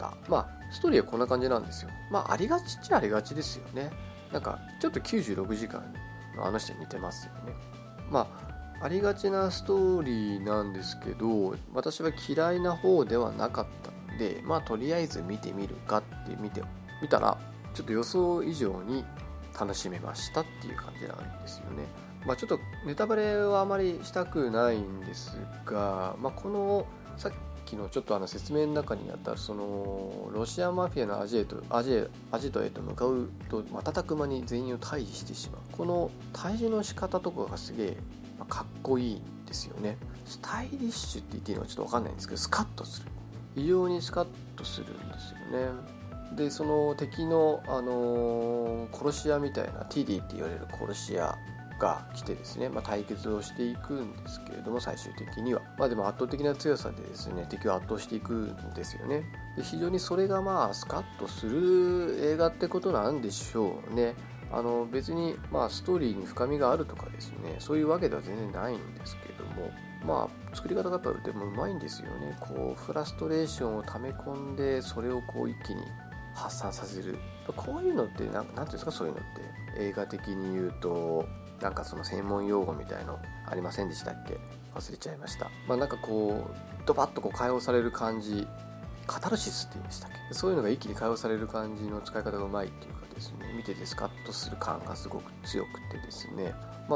ストーリーはこんな感じなんですよ。ありがちっちゃありがちですよね。ちょっと96時間の人に似てますよね。ありがちなストーリーなんですけど、私は嫌いな方ではなかったので、とりあえず見てみるかって見たら、ちょっと予想以上に楽しめましたっていう感じなんですよね。ちょっとネタバレはあまりしたくないんですが、このさっきのちょっと説明の中にあったそのロシアマフィアのアジトへと向かうと瞬く間に全員を退治してしまう、この退治の仕方とかがすげえかっこいいんですよね。スタイリッシュって言っていいのかちょっと分かんないんですけど、スカッとする、異様にスカッとするんですよね。でその敵の、殺し屋みたいなティディって言われる殺し屋が来てですね、対決をしていくんですけれども、最終的にはでも圧倒的な強さでですね敵を圧倒していくんですよね。で非常にそれがスカッとする映画ってことなんでしょうね。 別にストーリーに深みがあるとかですね、そういうわけでは全然ないんですけども、作り方がやっぱりでもうまいんですよね。フラストレーションを溜め込んで、それを一気に発散させる。こういうのってなんていうんですか、そういうのって映画的に言うとその専門用語みたいのありませんでしたっけ？忘れちゃいました。ドバッと解放される感じ、カタルシスって言うんでしたっけ？そういうのが一気に解放される感じの使い方がうまいっていうかですね、見ててスカッとする感がすごく強くてですね、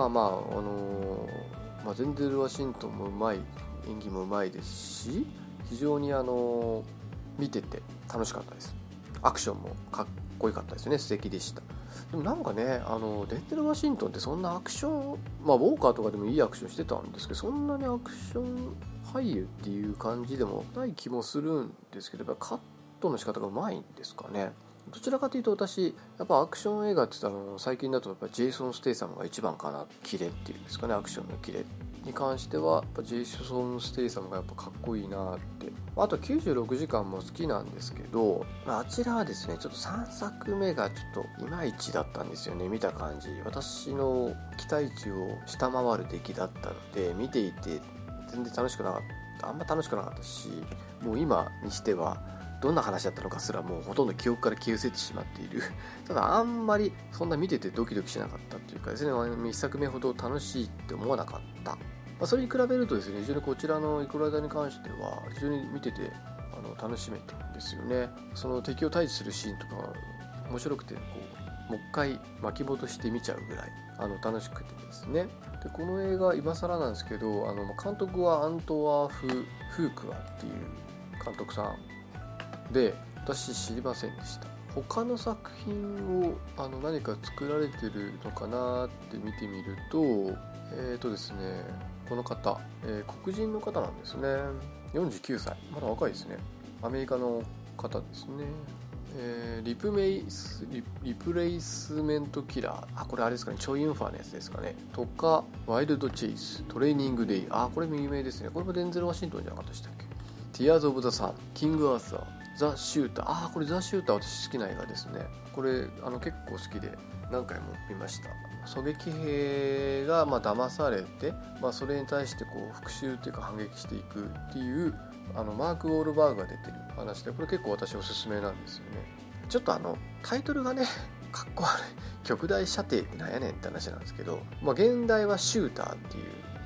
ゼンゼル・ワシントンもうまい、演技もうまいですし、非常に見てて楽しかったです。アクションもかっこよかったですね。素敵でした。でもデンゼル・ワシントンってそんなアクション、ウォーカーとかでもいいアクションしてたんですけど、そんなにアクション俳優っていう感じでもない気もするんですけど、やっぱカットの仕方がうまいんですかね。どちらかというと私やっぱアクション映画って言ったら最近だとやっぱジェイソン・ステイサムが一番かな。キレっていうんですかね、アクションのキレに関してはやっぱジェイソン・ステイサムがやっぱかっこいいなって。あと96時間も好きなんですけど、あちらはですねちょっと3作目がちょっといまいちだったんですよね。見た感じ私の期待値を下回る出来だったので、見ていて全然楽しくなかった。あんま楽しくなかったし、もう今にしてはどんな話だったのかすらもうほとんど記憶から消え失せてしまっている。ただあんまりそんな見ててドキドキしなかったっていうかですね、1作目ほど楽しいって思わなかった。それに比べるとですね、非常にこちらのイクライザーに関しては非常に見てて楽しめたんですよね。その敵を退治するシーンとか面白くてもう一回巻き戻して見ちゃうぐらい楽しくてですね。でこの映画今更なんですけど監督はアントワーフ・フークアっていう監督さんで、私知りませんでした。他の作品を何か作られてるのかなって見てみるとですね、この方、黒人の方なんですね。49歳、まだ若いですね。アメリカの方ですね。リプレイスメントキラー、これあれですかね、チョイユンファーのやつですかねとか、ワイルドチェイス、トレーニングデイ、これも有名ですね。これもデンゼル・ワシントンじゃなかったでしたっけ？ティアーズ・オブ・ザ・サン、キング・アーサー、ザ・シューター、これザ・シューター私好きな映画ですね。これ結構好きで何回も見ました。狙撃兵が騙されて、それに対して復讐というか反撃していくっていうマーク・ウォールバーグが出てる話で、これ結構私おすすめなんですよね。ちょっとタイトルがねかっこ悪い、極大射程ってなんやねんって話なんですけど、現代はシューターっていう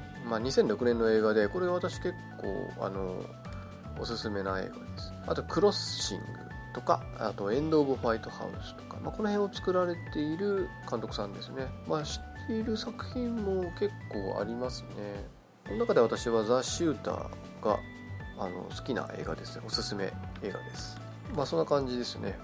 、2006年の映画で、これ私結構おすすめな映画です。あとクロッシングとか、あとエンド・オブ・ホワイトハウスとか、この辺を作られている監督さんですね。知っている作品も結構ありますね。この中で私はザ・シューターが好きな映画ですね。おすすめ映画です。そんな感じですね。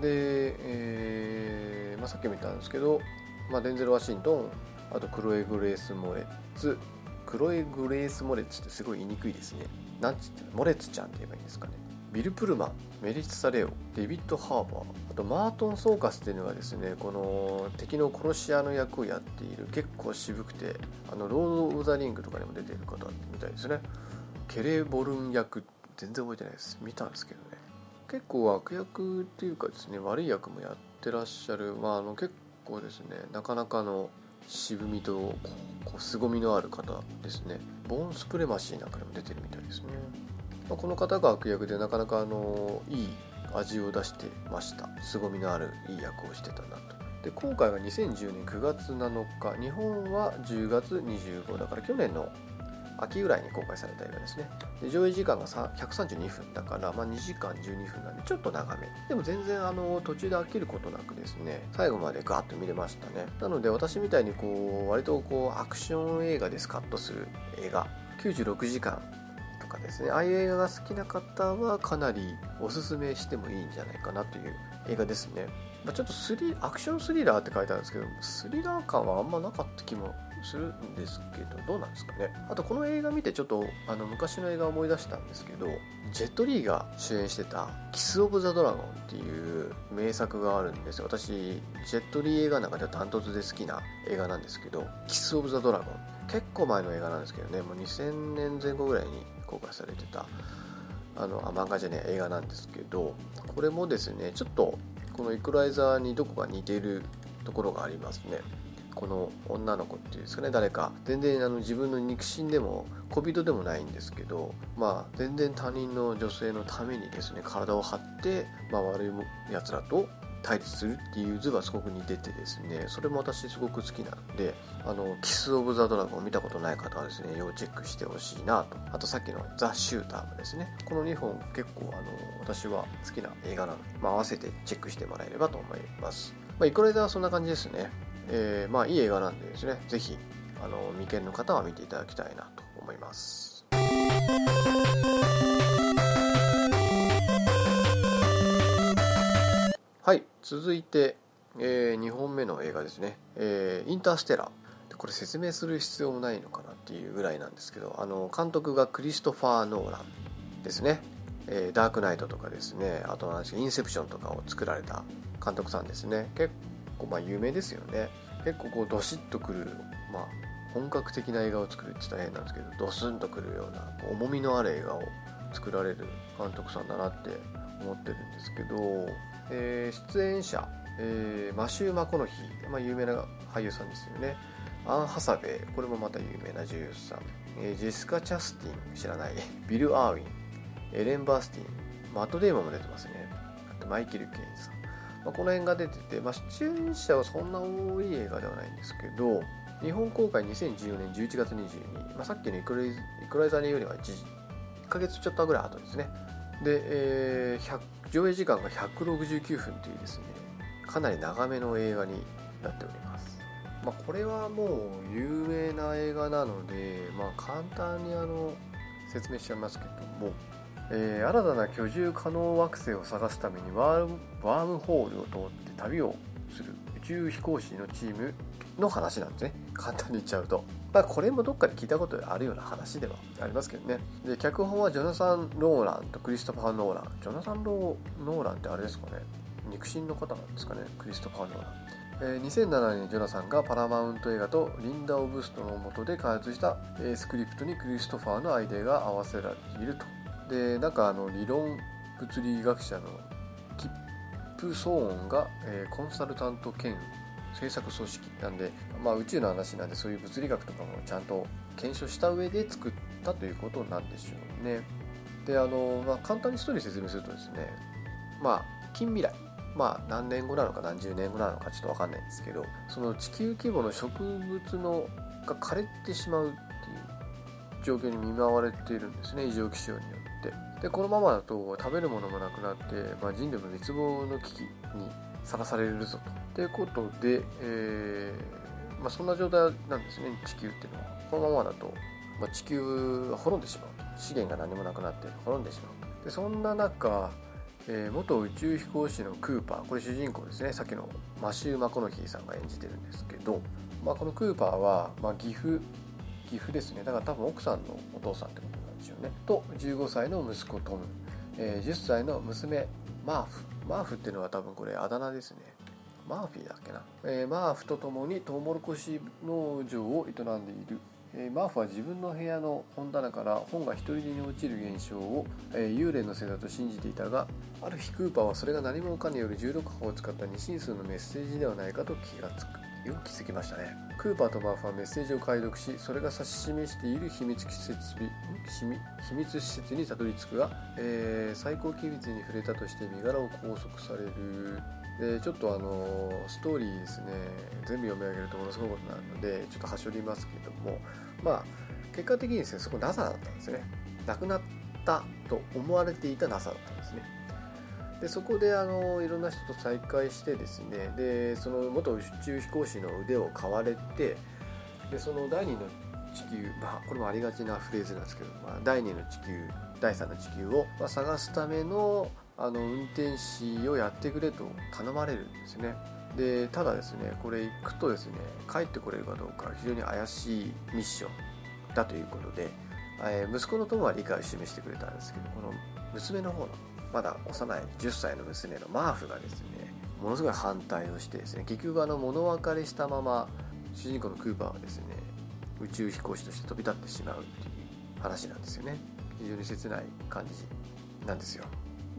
で、さっきも言ったんですけど、デンゼル・ワシントン、あとクロエ・グレース・モレッツってすごい言いにくいですね。なんつってモレッツちゃんって言えばいいんですかね。ビル・プルマン、メリッサ・レオ、デビッド・ハーバー、あとマートン・ソーカスっていうのがですね、この敵の殺し屋の役をやっている、結構渋くてロード・オブ・ザ・リングとかにも出ている方みたいですね。ケレボルン役全然覚えてないです。見たんですけどね、結構悪役っていうかですね、悪い役もやってらっしゃる、結構ですね、なかなかの渋みと凄みのある方ですね。ボーンスプレマシーなんかでも出てるみたいですね。この方が悪役でなかなかいい味を出してました。凄みのあるいい役をしてたなと。で今回は2010年9月7日、日本は10月25だから去年の秋ぐらいに公開された映画ですね。で上映時間が132分だから、2時間12分なんでちょっと長め。でも全然途中で飽きることなくですね、最後までガーッと見れましたね。なので私みたいに割とアクション映画でスカッとする映画、96時間とかですね、ああいう映画が好きな方はかなりおすすめしてもいいんじゃないかなという映画ですね。ちょっとアクションスリラーって書いてあるんですけど、スリラー感はあんまなかった気もするんですけど、どうなんですかね。あとこの映画見てちょっと昔の映画を思い出したんですけど、ジェットリーが主演してたキス・オブ・ザ・ドラゴンっていう名作があるんですよ。私ジェットリー映画の中ではダントツで好きな映画なんですけど、キス・オブ・ザ・ドラゴン、結構前の映画なんですけどね、もう2000年前後ぐらいに公開されてた漫画じゃねえ映画なんですけど、これもですねちょっとこのイクライザーにどこか似てるところがありますね。この女の子っていうんですかね、誰か全然自分の肉親でも恋人でもないんですけど、全然他人の女性のためにですね体を張って、悪いやつらと対立するっていう図がすごく似ててですね、それも私すごく好きなので、キス・オブ・ザ・ドラゴンを見たことない方はですね要チェックしてほしいなと。あとさっきのザ・シューターもですね、この2本結構私は好きな映画なので、合わせてチェックしてもらえればと思います。イコライザーはそんな感じですね。いい映画なんでですね、ぜひ未見の方は見ていただきたいなと思います。はい、続いて、2本目の映画ですね、インターステラー。これ説明する必要もないのかなっていうぐらいなんですけど、監督がクリストファー・ノーランですね。ダークナイトとかですね、あとインセプションとかを作られた監督さんですね。結構有名ですよね。結構こうドシッとくる、本格的な映画を作るって言ったら変なんですけど、ドスンとくるような重みのある映画を作られる監督さんだなって思ってるんですけど、出演者、マシュー・マコノヒー、有名な俳優さんですよね。アン・ハサウェイ、これもまた有名な女優さん、ジェシカ・チャスティン、知らない、ビル・アーウィン、エレン・バースティン、マット・デーモンも出てますね。あとマイケル・ケインさん、この辺が出てて、出演者はそんな多い映画ではないんですけど、日本公開2014年11月22日、さっきのイコライザーよりは1ヶ月ちょっとぐらい後ですね。で、上映時間が169分というですね、かなり長めの映画になっております。これはもう有名な映画なので、簡単に説明しちゃいますけども、新たな居住可能惑星を探すためにワームホールを通って旅をする宇宙飛行士のチームの話なんですね。簡単に言っちゃうと、これもどっかで聞いたことあるような話ではありますけどね。で、脚本はジョナサン・ローランとクリストファー・ノーラン。ジョナサン・ノーランってあれですかね、肉親の方なんですかね、クリストファー・ノーラン。2007年にジョナサンがパラマウント映画とリンダ・オブストの下で開発したスクリプトにクリストファーのアイデアが合わせられていると。で、理論物理学者のキップ・ソーンが、コンサルタント兼制作組織なんで、宇宙の話なんで、そういう物理学とかもちゃんと検証した上で作ったということなんでしょうね。で、簡単にストーリー説明するとですね、近未来、何年後なのか何十年後なのかちょっと分かんないんですけど、その地球規模の植物が枯れてしまうっていう状況に見舞われているんですね、異常気象によって。で、このままだと食べるものもなくなって、人類の滅亡の危機にさらされるぞということで、そんな状態なんですね、地球っていうのは。このままだと、地球が滅んでしまうと、資源が何もなくなって滅んでしまうと。で、そんな中、元宇宙飛行士のクーパー、これ主人公ですね、さっきのマシュー・マコノヒーさんが演じてるんですけど、このクーパーは、義父ですね。だから多分奥さんのお父さんってことなんでしょうね。と15歳の息子トム、10歳の娘マーフっていうのは多分これあだ名ですね。マーフィーだっけな、マーフと共にトウモロコシ農場を営んでいる。マーフは自分の部屋の本棚から本が一人でに落ちる現象を、幽霊のせいだと信じていたが、ある日クーパーはそれが何者かによる16波を使った二進数のメッセージではないかと気づきましたね。クーパーとマーフはメッセージを解読し、それが指し示している秘密施設にたどり着くが、最高機密に触れたとして身柄を拘束される。で、ちょっとストーリーですね、全部読み上げるとものすごいことになるのでちょっとはしょりますけども、結果的にですね、そこ NASA だったんですね。亡くなったと思われていた NASA だったんですね。で、そこでいろんな人と再会してですね、で、その元宇宙飛行士の腕を買われて、で、その第2の地球、これもありがちなフレーズなんですけど、第2の地球、第3の地球を探すための運転士をやってくれと頼まれるんですね。で、ただですね、これ行くとですね、帰ってこれるかどうか非常に怪しいミッションだということで、息子の友は理解を示してくれたんですけど、この娘の方のまだ幼い10歳の娘のマーフがですね、ものすごい反対をしてですね、結局物別れしたまま主人公のクーパーはですね、宇宙飛行士として飛び立ってしまうっていう話なんですよね。非常に切ない感じなんですよ。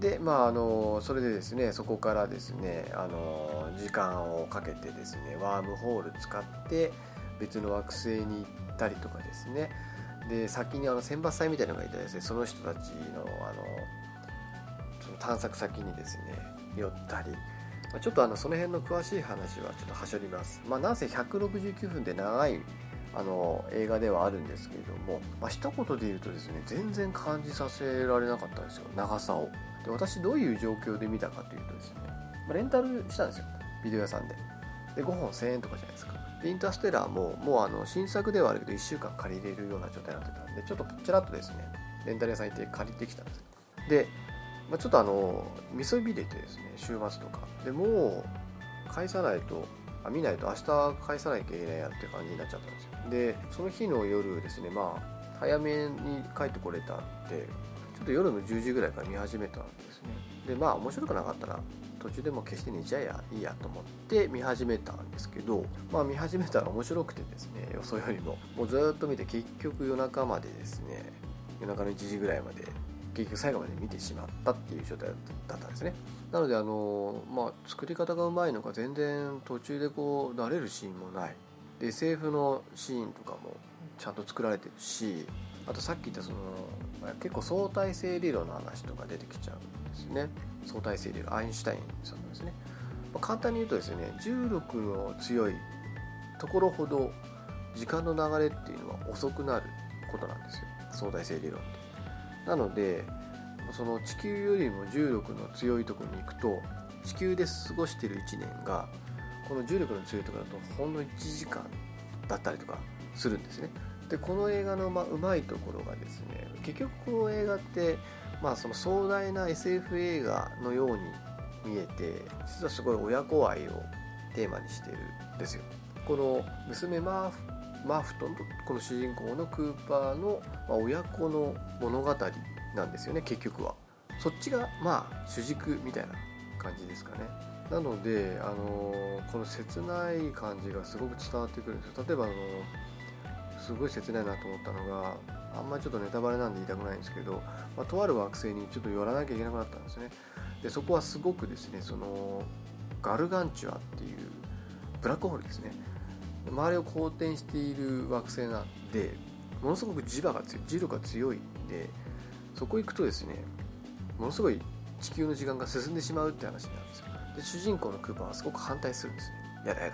でそれでですね、そこからですね時間をかけてですねワームホール使って別の惑星に行ったりとかですね、で先に選抜隊みたいなのがいてですね、その人たちのその探索先にですね寄ったり、ちょっとその辺の詳しい話はちょっとはしょります。なんせ169分で長い映画ではあるんですけれども、一言で言うとですね、全然感じさせられなかったんですよ、長さを。で私どういう状況で見たかというとですね、レンタルしたんですよ、ビデオ屋さんで。で5本1000円とかじゃないですか。でインターステラーももう新作ではあるけど1週間借りれるような状態になってたんで、ちょっとちらっとですねレンタル屋さん行って借りてきたんですよ。で、ちょっと見そびれてですね、週末とかでもう返さないと見ないと明日返さなきゃいけないやって感じになっちゃったんですよ。でその日の夜ですね、早めに帰ってこれたんで、ちょっと夜の10時ぐらいから見始めたんですね。で面白くなかったら途中でも消して寝ちゃえばいいやと思って見始めたんですけど、見始めたら面白くてですね、予想よりももうずっと見て、結局夜中までですね、夜中の1時ぐらいまで結局最後まで見てしまったっていう状態だったんですね。なので作り方がうまいのか、全然途中で慣れるシーンもない。で SF のシーンとかもちゃんと作られてるし、あとさっき言った結構相対性理論の話とか出てきちゃうんですね。相対性理論、アインシュタインさんですね。簡単に言うとですね、重力の強いところほど時間の流れっていうのは遅くなることなんですよ、相対性理論って。なのでその地球よりも重力の強いところに行くと、地球で過ごしている1年がこの重力の強いところだとほんの1時間だったりとかするんですね。でこの映画のうまいところがですね、結局この映画ってその壮大な SF 映画のように見えて、実はすごい親子愛をテーマにしているんですよ。この娘マーフとこの主人公のクーパーの親子の物語なんですよね。結局はそっちが主軸みたいな感じですかね。なのでこの切ない感じがすごく伝わってくるんですよ。例えばすごい切ないなと思ったのが、あんまりちょっとネタバレなんで言いたくないんですけど、とある惑星にちょっと寄らなきゃいけなくなったんですね。でそこはすごくですね、そのガルガンチュアっていうブラックホールですね、周りを公転している惑星なんで、ものすごく磁力が強いんで、そこ行くとですね、ものすごい地球の時間が進んでしまうって話になるんですよ。で主人公のクーパーはすごく反対するんですね。やだって、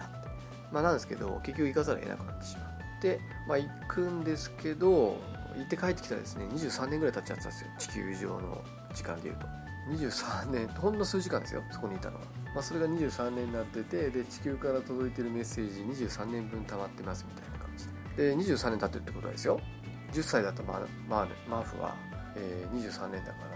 なんですけど結局行かざるを得なくなってしまう。で、行くんですけど、行って帰ってきたらですね、23年ぐらい経っちゃったんですよ、地球上の時間でいうと。23年、ほんの数時間ですよ、そこにいたのは。それが23年になってて、で地球から届いてるメッセージ23年分溜まってますみたいな感じで、23年経ってるってことはですよ、10歳だったマーフは、23年だから、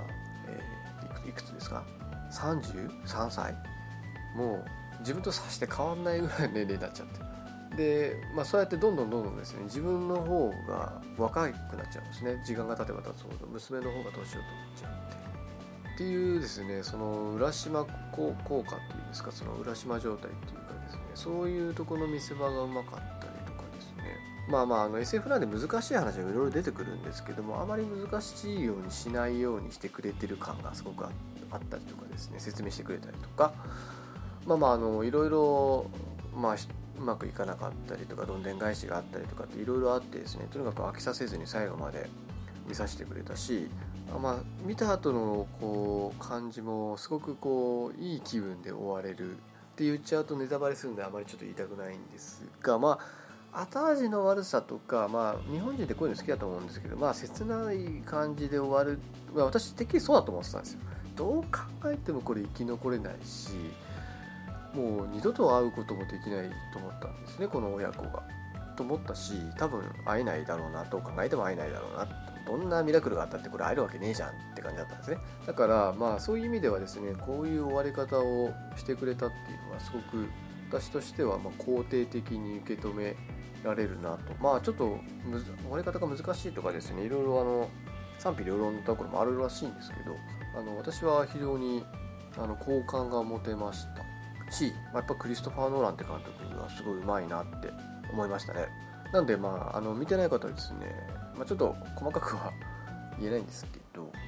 いくつですか、33歳、もう自分とさして変わんないぐらいの年齢になっちゃってる。で、そうやってどんどんですね、自分の方が若くなっちゃうんですね。時間が経てば経つほど娘の方が年を取っちゃっていうですね、その浦島効果っていうんですか、その浦島状態っていうかですね、そういうところの見せ場がうまかったりとかですね。SF なんで難しい話がいろいろ出てくるんですけども、あまり難しいようにしないようにしてくれてる感がすごくあったりとかですね、説明してくれたりとか、いろいろうまくいかなかったりとか、どんでん返しがあったりとかっていろいろあってですね、とにかく飽きさせずに最後まで見させてくれたし、見た後の感じもすごくいい気分で終われるって言っちゃうとネタバレするんであまりちょっと言いたくないんですが、後味の悪さとか、日本人ってこういうの好きだと思うんですけど、切ない感じで終わる、私てっきりそうだと思ってたんですよ。どう考えてもこれ生き残れないし、もう二度と会うこともできないと思ったんですね、この親子が。と思ったし、多分会えないだろうな、と考えても会えないだろうな、どんなミラクルがあったってこれ会えるわけねえじゃんって感じだったんですね。だからそういう意味ではですね、こういう終わり方をしてくれたっていうのはすごく私としては肯定的に受け止められるなと。ちょっと終わり方が難しいとかですね、いろいろ賛否両論のところもあるらしいんですけど、私は非常に好感が持てましたし、やっぱクリストファー・ノーランって監督がすごいうまいなって思いましたね。なんで見てない方はですね、ちょっと細かくは言えないんですけど、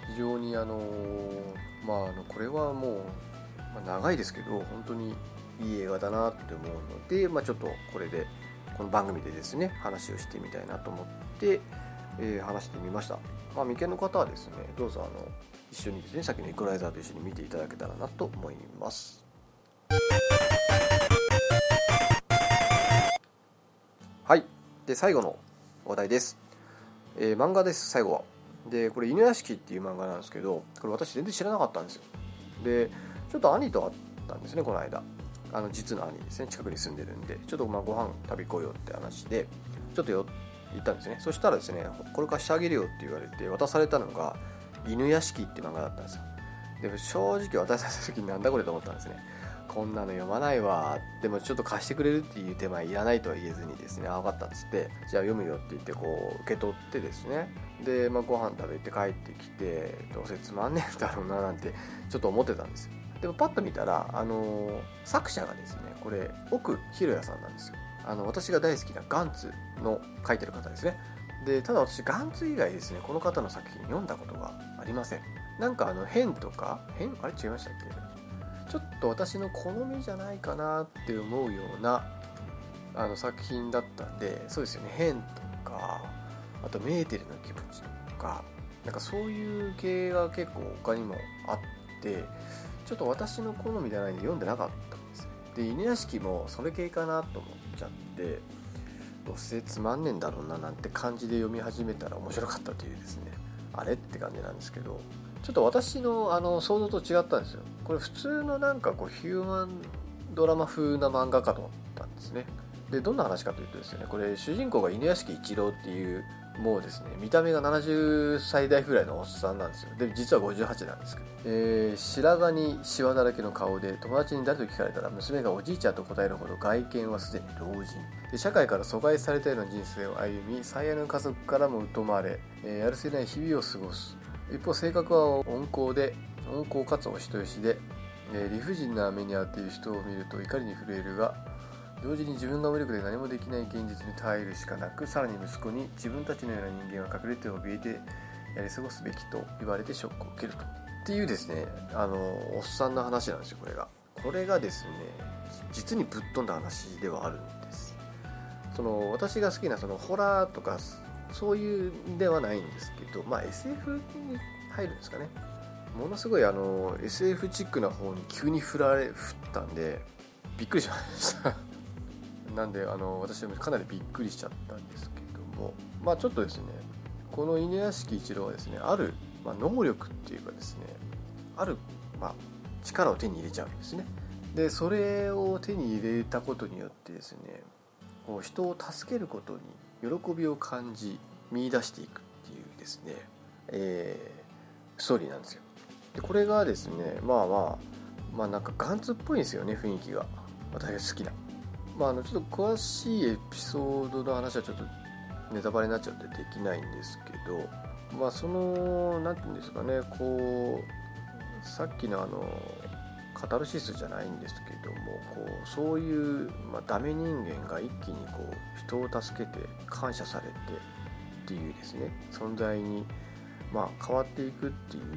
非常にこれはもう、長いですけど本当にいい映画だなって思うので、ちょっとこれでこの番組でですね話をしてみたいなと思って、話してみました。未見の方はですねどうぞ一緒にですねさっきのイコライザーと一緒に見ていただけたらなと思います。はい、で最後の話題です。漫画です。最後はでこれ犬屋敷っていう漫画なんですけど、これ私全然知らなかったんですよ。でちょっと兄と会ったんですねこの間。実の兄ですね、近くに住んでるんでちょっとご飯食べ行こうよって話でちょっと行ったんですね。そしたらですねこれ貸してあげるよって言われて渡されたのが犬屋敷っていう漫画だったんですよ。で正直渡された時になんだこれと思ったんですね。こんなの読まないわ、でもちょっと貸してくれるっていう手間いらないとは言えずにですね、分かったっつってじゃあ読むよって言ってこう受け取ってですね、で、ご飯食べて帰ってきてどうせつまんねえんだろうななんてちょっと思ってたんですよ。でもパッと見たら作者がですねこれ奥弘也さんなんですよ。私が大好きなガンツの書いてる方ですね。でただ私ガンツ以外ですねこの方の作品読んだことがありません。なんか変とかあれ違いましたっけ、ちょっと私の好みじゃないかなって思うような作品だったんで、そうですよね、変とかあとメーテルの気持ちとかなんかそういう系が結構他にもあって、ちょっと私の好みじゃないんで読んでなかったんですよ。で犬屋敷もそれ系かなと思っちゃって、どうせつまんねえんだろうななんて感じで読み始めたら面白かったというですね、あれって感じなんですけど、ちょっと私の想像と違ったんですよ。これ普通のなんかヒューマンドラマ風な漫画かと思ったんですね。でどんな話かというとですね、これ主人公が犬屋敷一郎っていうもうですね見た目が70歳代ぐらいのおっさんなんですよ。で実は58なんですけど、白髪にシワだらけの顔で友達に誰と聞かれたら娘がおじいちゃんと答えるほど外見はすでに老人で、社会から阻害されたような人生を歩み最愛の家族からも疎まれ、やるせない日々を過ごす。一方性格は温厚かつお人よしで、理不尽な目に遭っている人を見ると怒りに震えるが、同時に自分が無力で何もできない現実に耐えるしかなく、さらに息子に自分たちのような人間は隠れて怯えてやり過ごすべきと言われてショックを受けるとっていうですね、おっさんの話なんですよ。これがですね実にぶっ飛んだ話ではあるんです。私が好きなホラーとかそういうではないんですけど、SF に入るんですかね。ものすごいSF チックな方に急に振ったんでびっくりしましたなんで私もかなりびっくりしちゃったんですけども、ちょっとですねこの犬屋敷一郎はですねある、能力っていうかですねある、力を手に入れちゃうんですね。でそれを手に入れたことによってですねこう人を助けることに喜びを感じ見出していくっていうですね、ストーリーなんですよ。でこれがですねなんかガンツっぽいんですよね、雰囲気が。私が好きなちょっと詳しいエピソードの話はちょっとネタバレになっちゃってできないんですけど、なんていうんですかね、こうさっきのカタルシスじゃないんですけどもそういう、ダメ人間が一気に人を助けて感謝されてっていうですね存在に変わっていくっていう、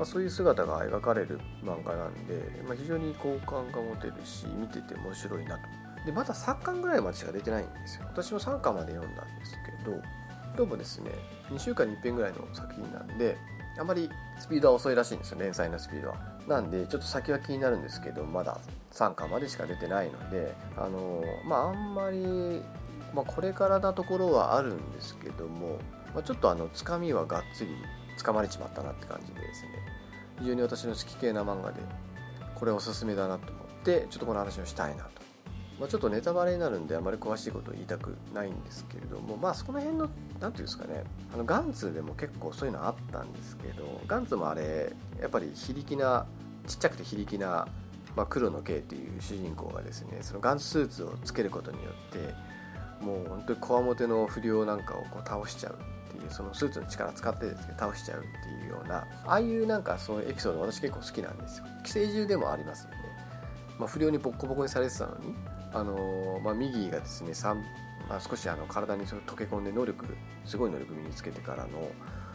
そういう姿が描かれる漫画なんで、非常に好感が持てるし見てて面白いなと。でまだ3巻ぐらいまでしか出てないんですよ。私も3巻まで読んだんですけど、どうもですね2週間に1遍ぐらいの作品なんであまりスピードは遅いらしいんですよ、連載のスピードは。なんでちょっと先は気になるんですけど、まだ3巻までしか出てないのであんまり、これからなところはあるんですけども、ちょっとつかみはがっつりつかまれちまったなって感じでですね、非常に私の好き系な漫画でこれおすすめだなと思ってちょっとこの話をしたいなと。ちょっとネタバレになるんであまり詳しいことを言いたくないんですけれども、その辺のなんていうんですかね、ガンツでも結構そういうのあったんですけど、ガンツもあれやっぱりちっちゃくて非力な、黒のKっていう主人公がですねそのガンツスーツをつけることによってもう本当にこわもての不良なんかを倒しちゃうっていう、そのスーツの力を使ってですね倒しちゃうっていうような、ああいうなんかそういうエピソード私結構好きなんですよ。寄生獣でもありますよね。不良にボッコボコにされてたのにミギーがですね少し体に溶け込んですごい能力身につけてからの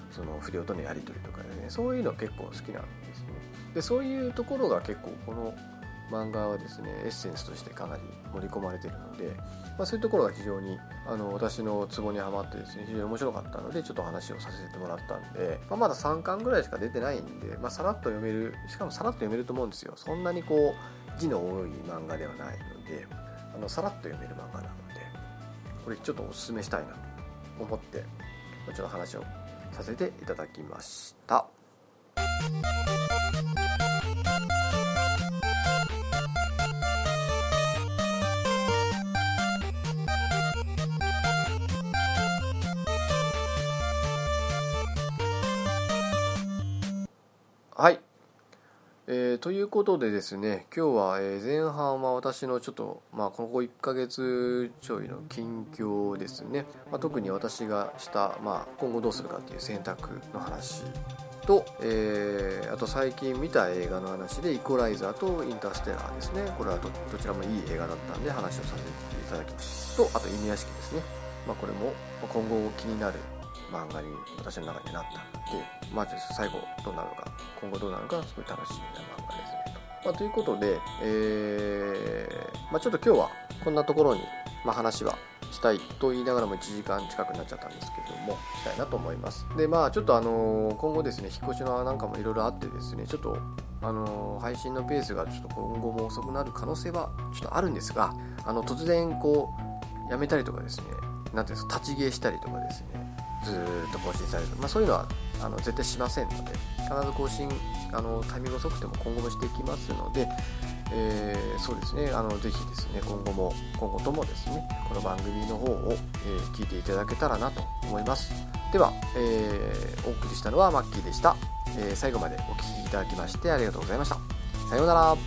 その不良とのやり取りとかですね、そういうの結構好きなんですね。でそういうところが結構この漫画はですねエッセンスとしてかなり盛り込まれているので、そういうところが非常に私のツボにはまってですね非常に面白かったのでちょっと話をさせてもらったんで、まだ3巻ぐらいしか出てないんで、さらっと読める、しかもさらっと読めると思うんですよ。そんなにこう字の多い漫画ではないのでさらっと読める漫画なので、これちょっとおすすめしたいなと思ってこちらの話をさせていただきました。はい、ということでですね、今日は前半は私のちょっと、ここ1ヶ月ちょいの近況ですね、特に私がした、今後どうするかっていう選択の話と、あと最近見た映画の話でイコライザーとインターステラーですね。これはどちらもいい映画だったんで話をさせていただきますと、あと犬屋敷ですね。これも今後気になる漫画に私の中になったので、最後どうなるのか、今後どうなるのかすごい楽しみな漫画ですねということで、ちょっと今日はこんなところに、話はしたいと言いながらも1時間近くなっちゃったんですけれどもしたいなと思います。でちょっと今後ですね引っ越しのなんかもいろいろあってですね、ちょっと配信のペースがちょっと今後も遅くなる可能性はちょっとあるんですが、突然こうやめたりとかですね、なんていうんですか、立ち消えしたりとかですね、ずーっと更新される、そういうのは絶対しませんので、必ず更新タイミング遅くても今後もしていきますので、そうですね、ぜひですね今後ともですねこの番組の方を、聞いていただけたらなと思います。では、お送りしたのはマッキーでした。最後までお聞きいただきましてありがとうございました。さようなら。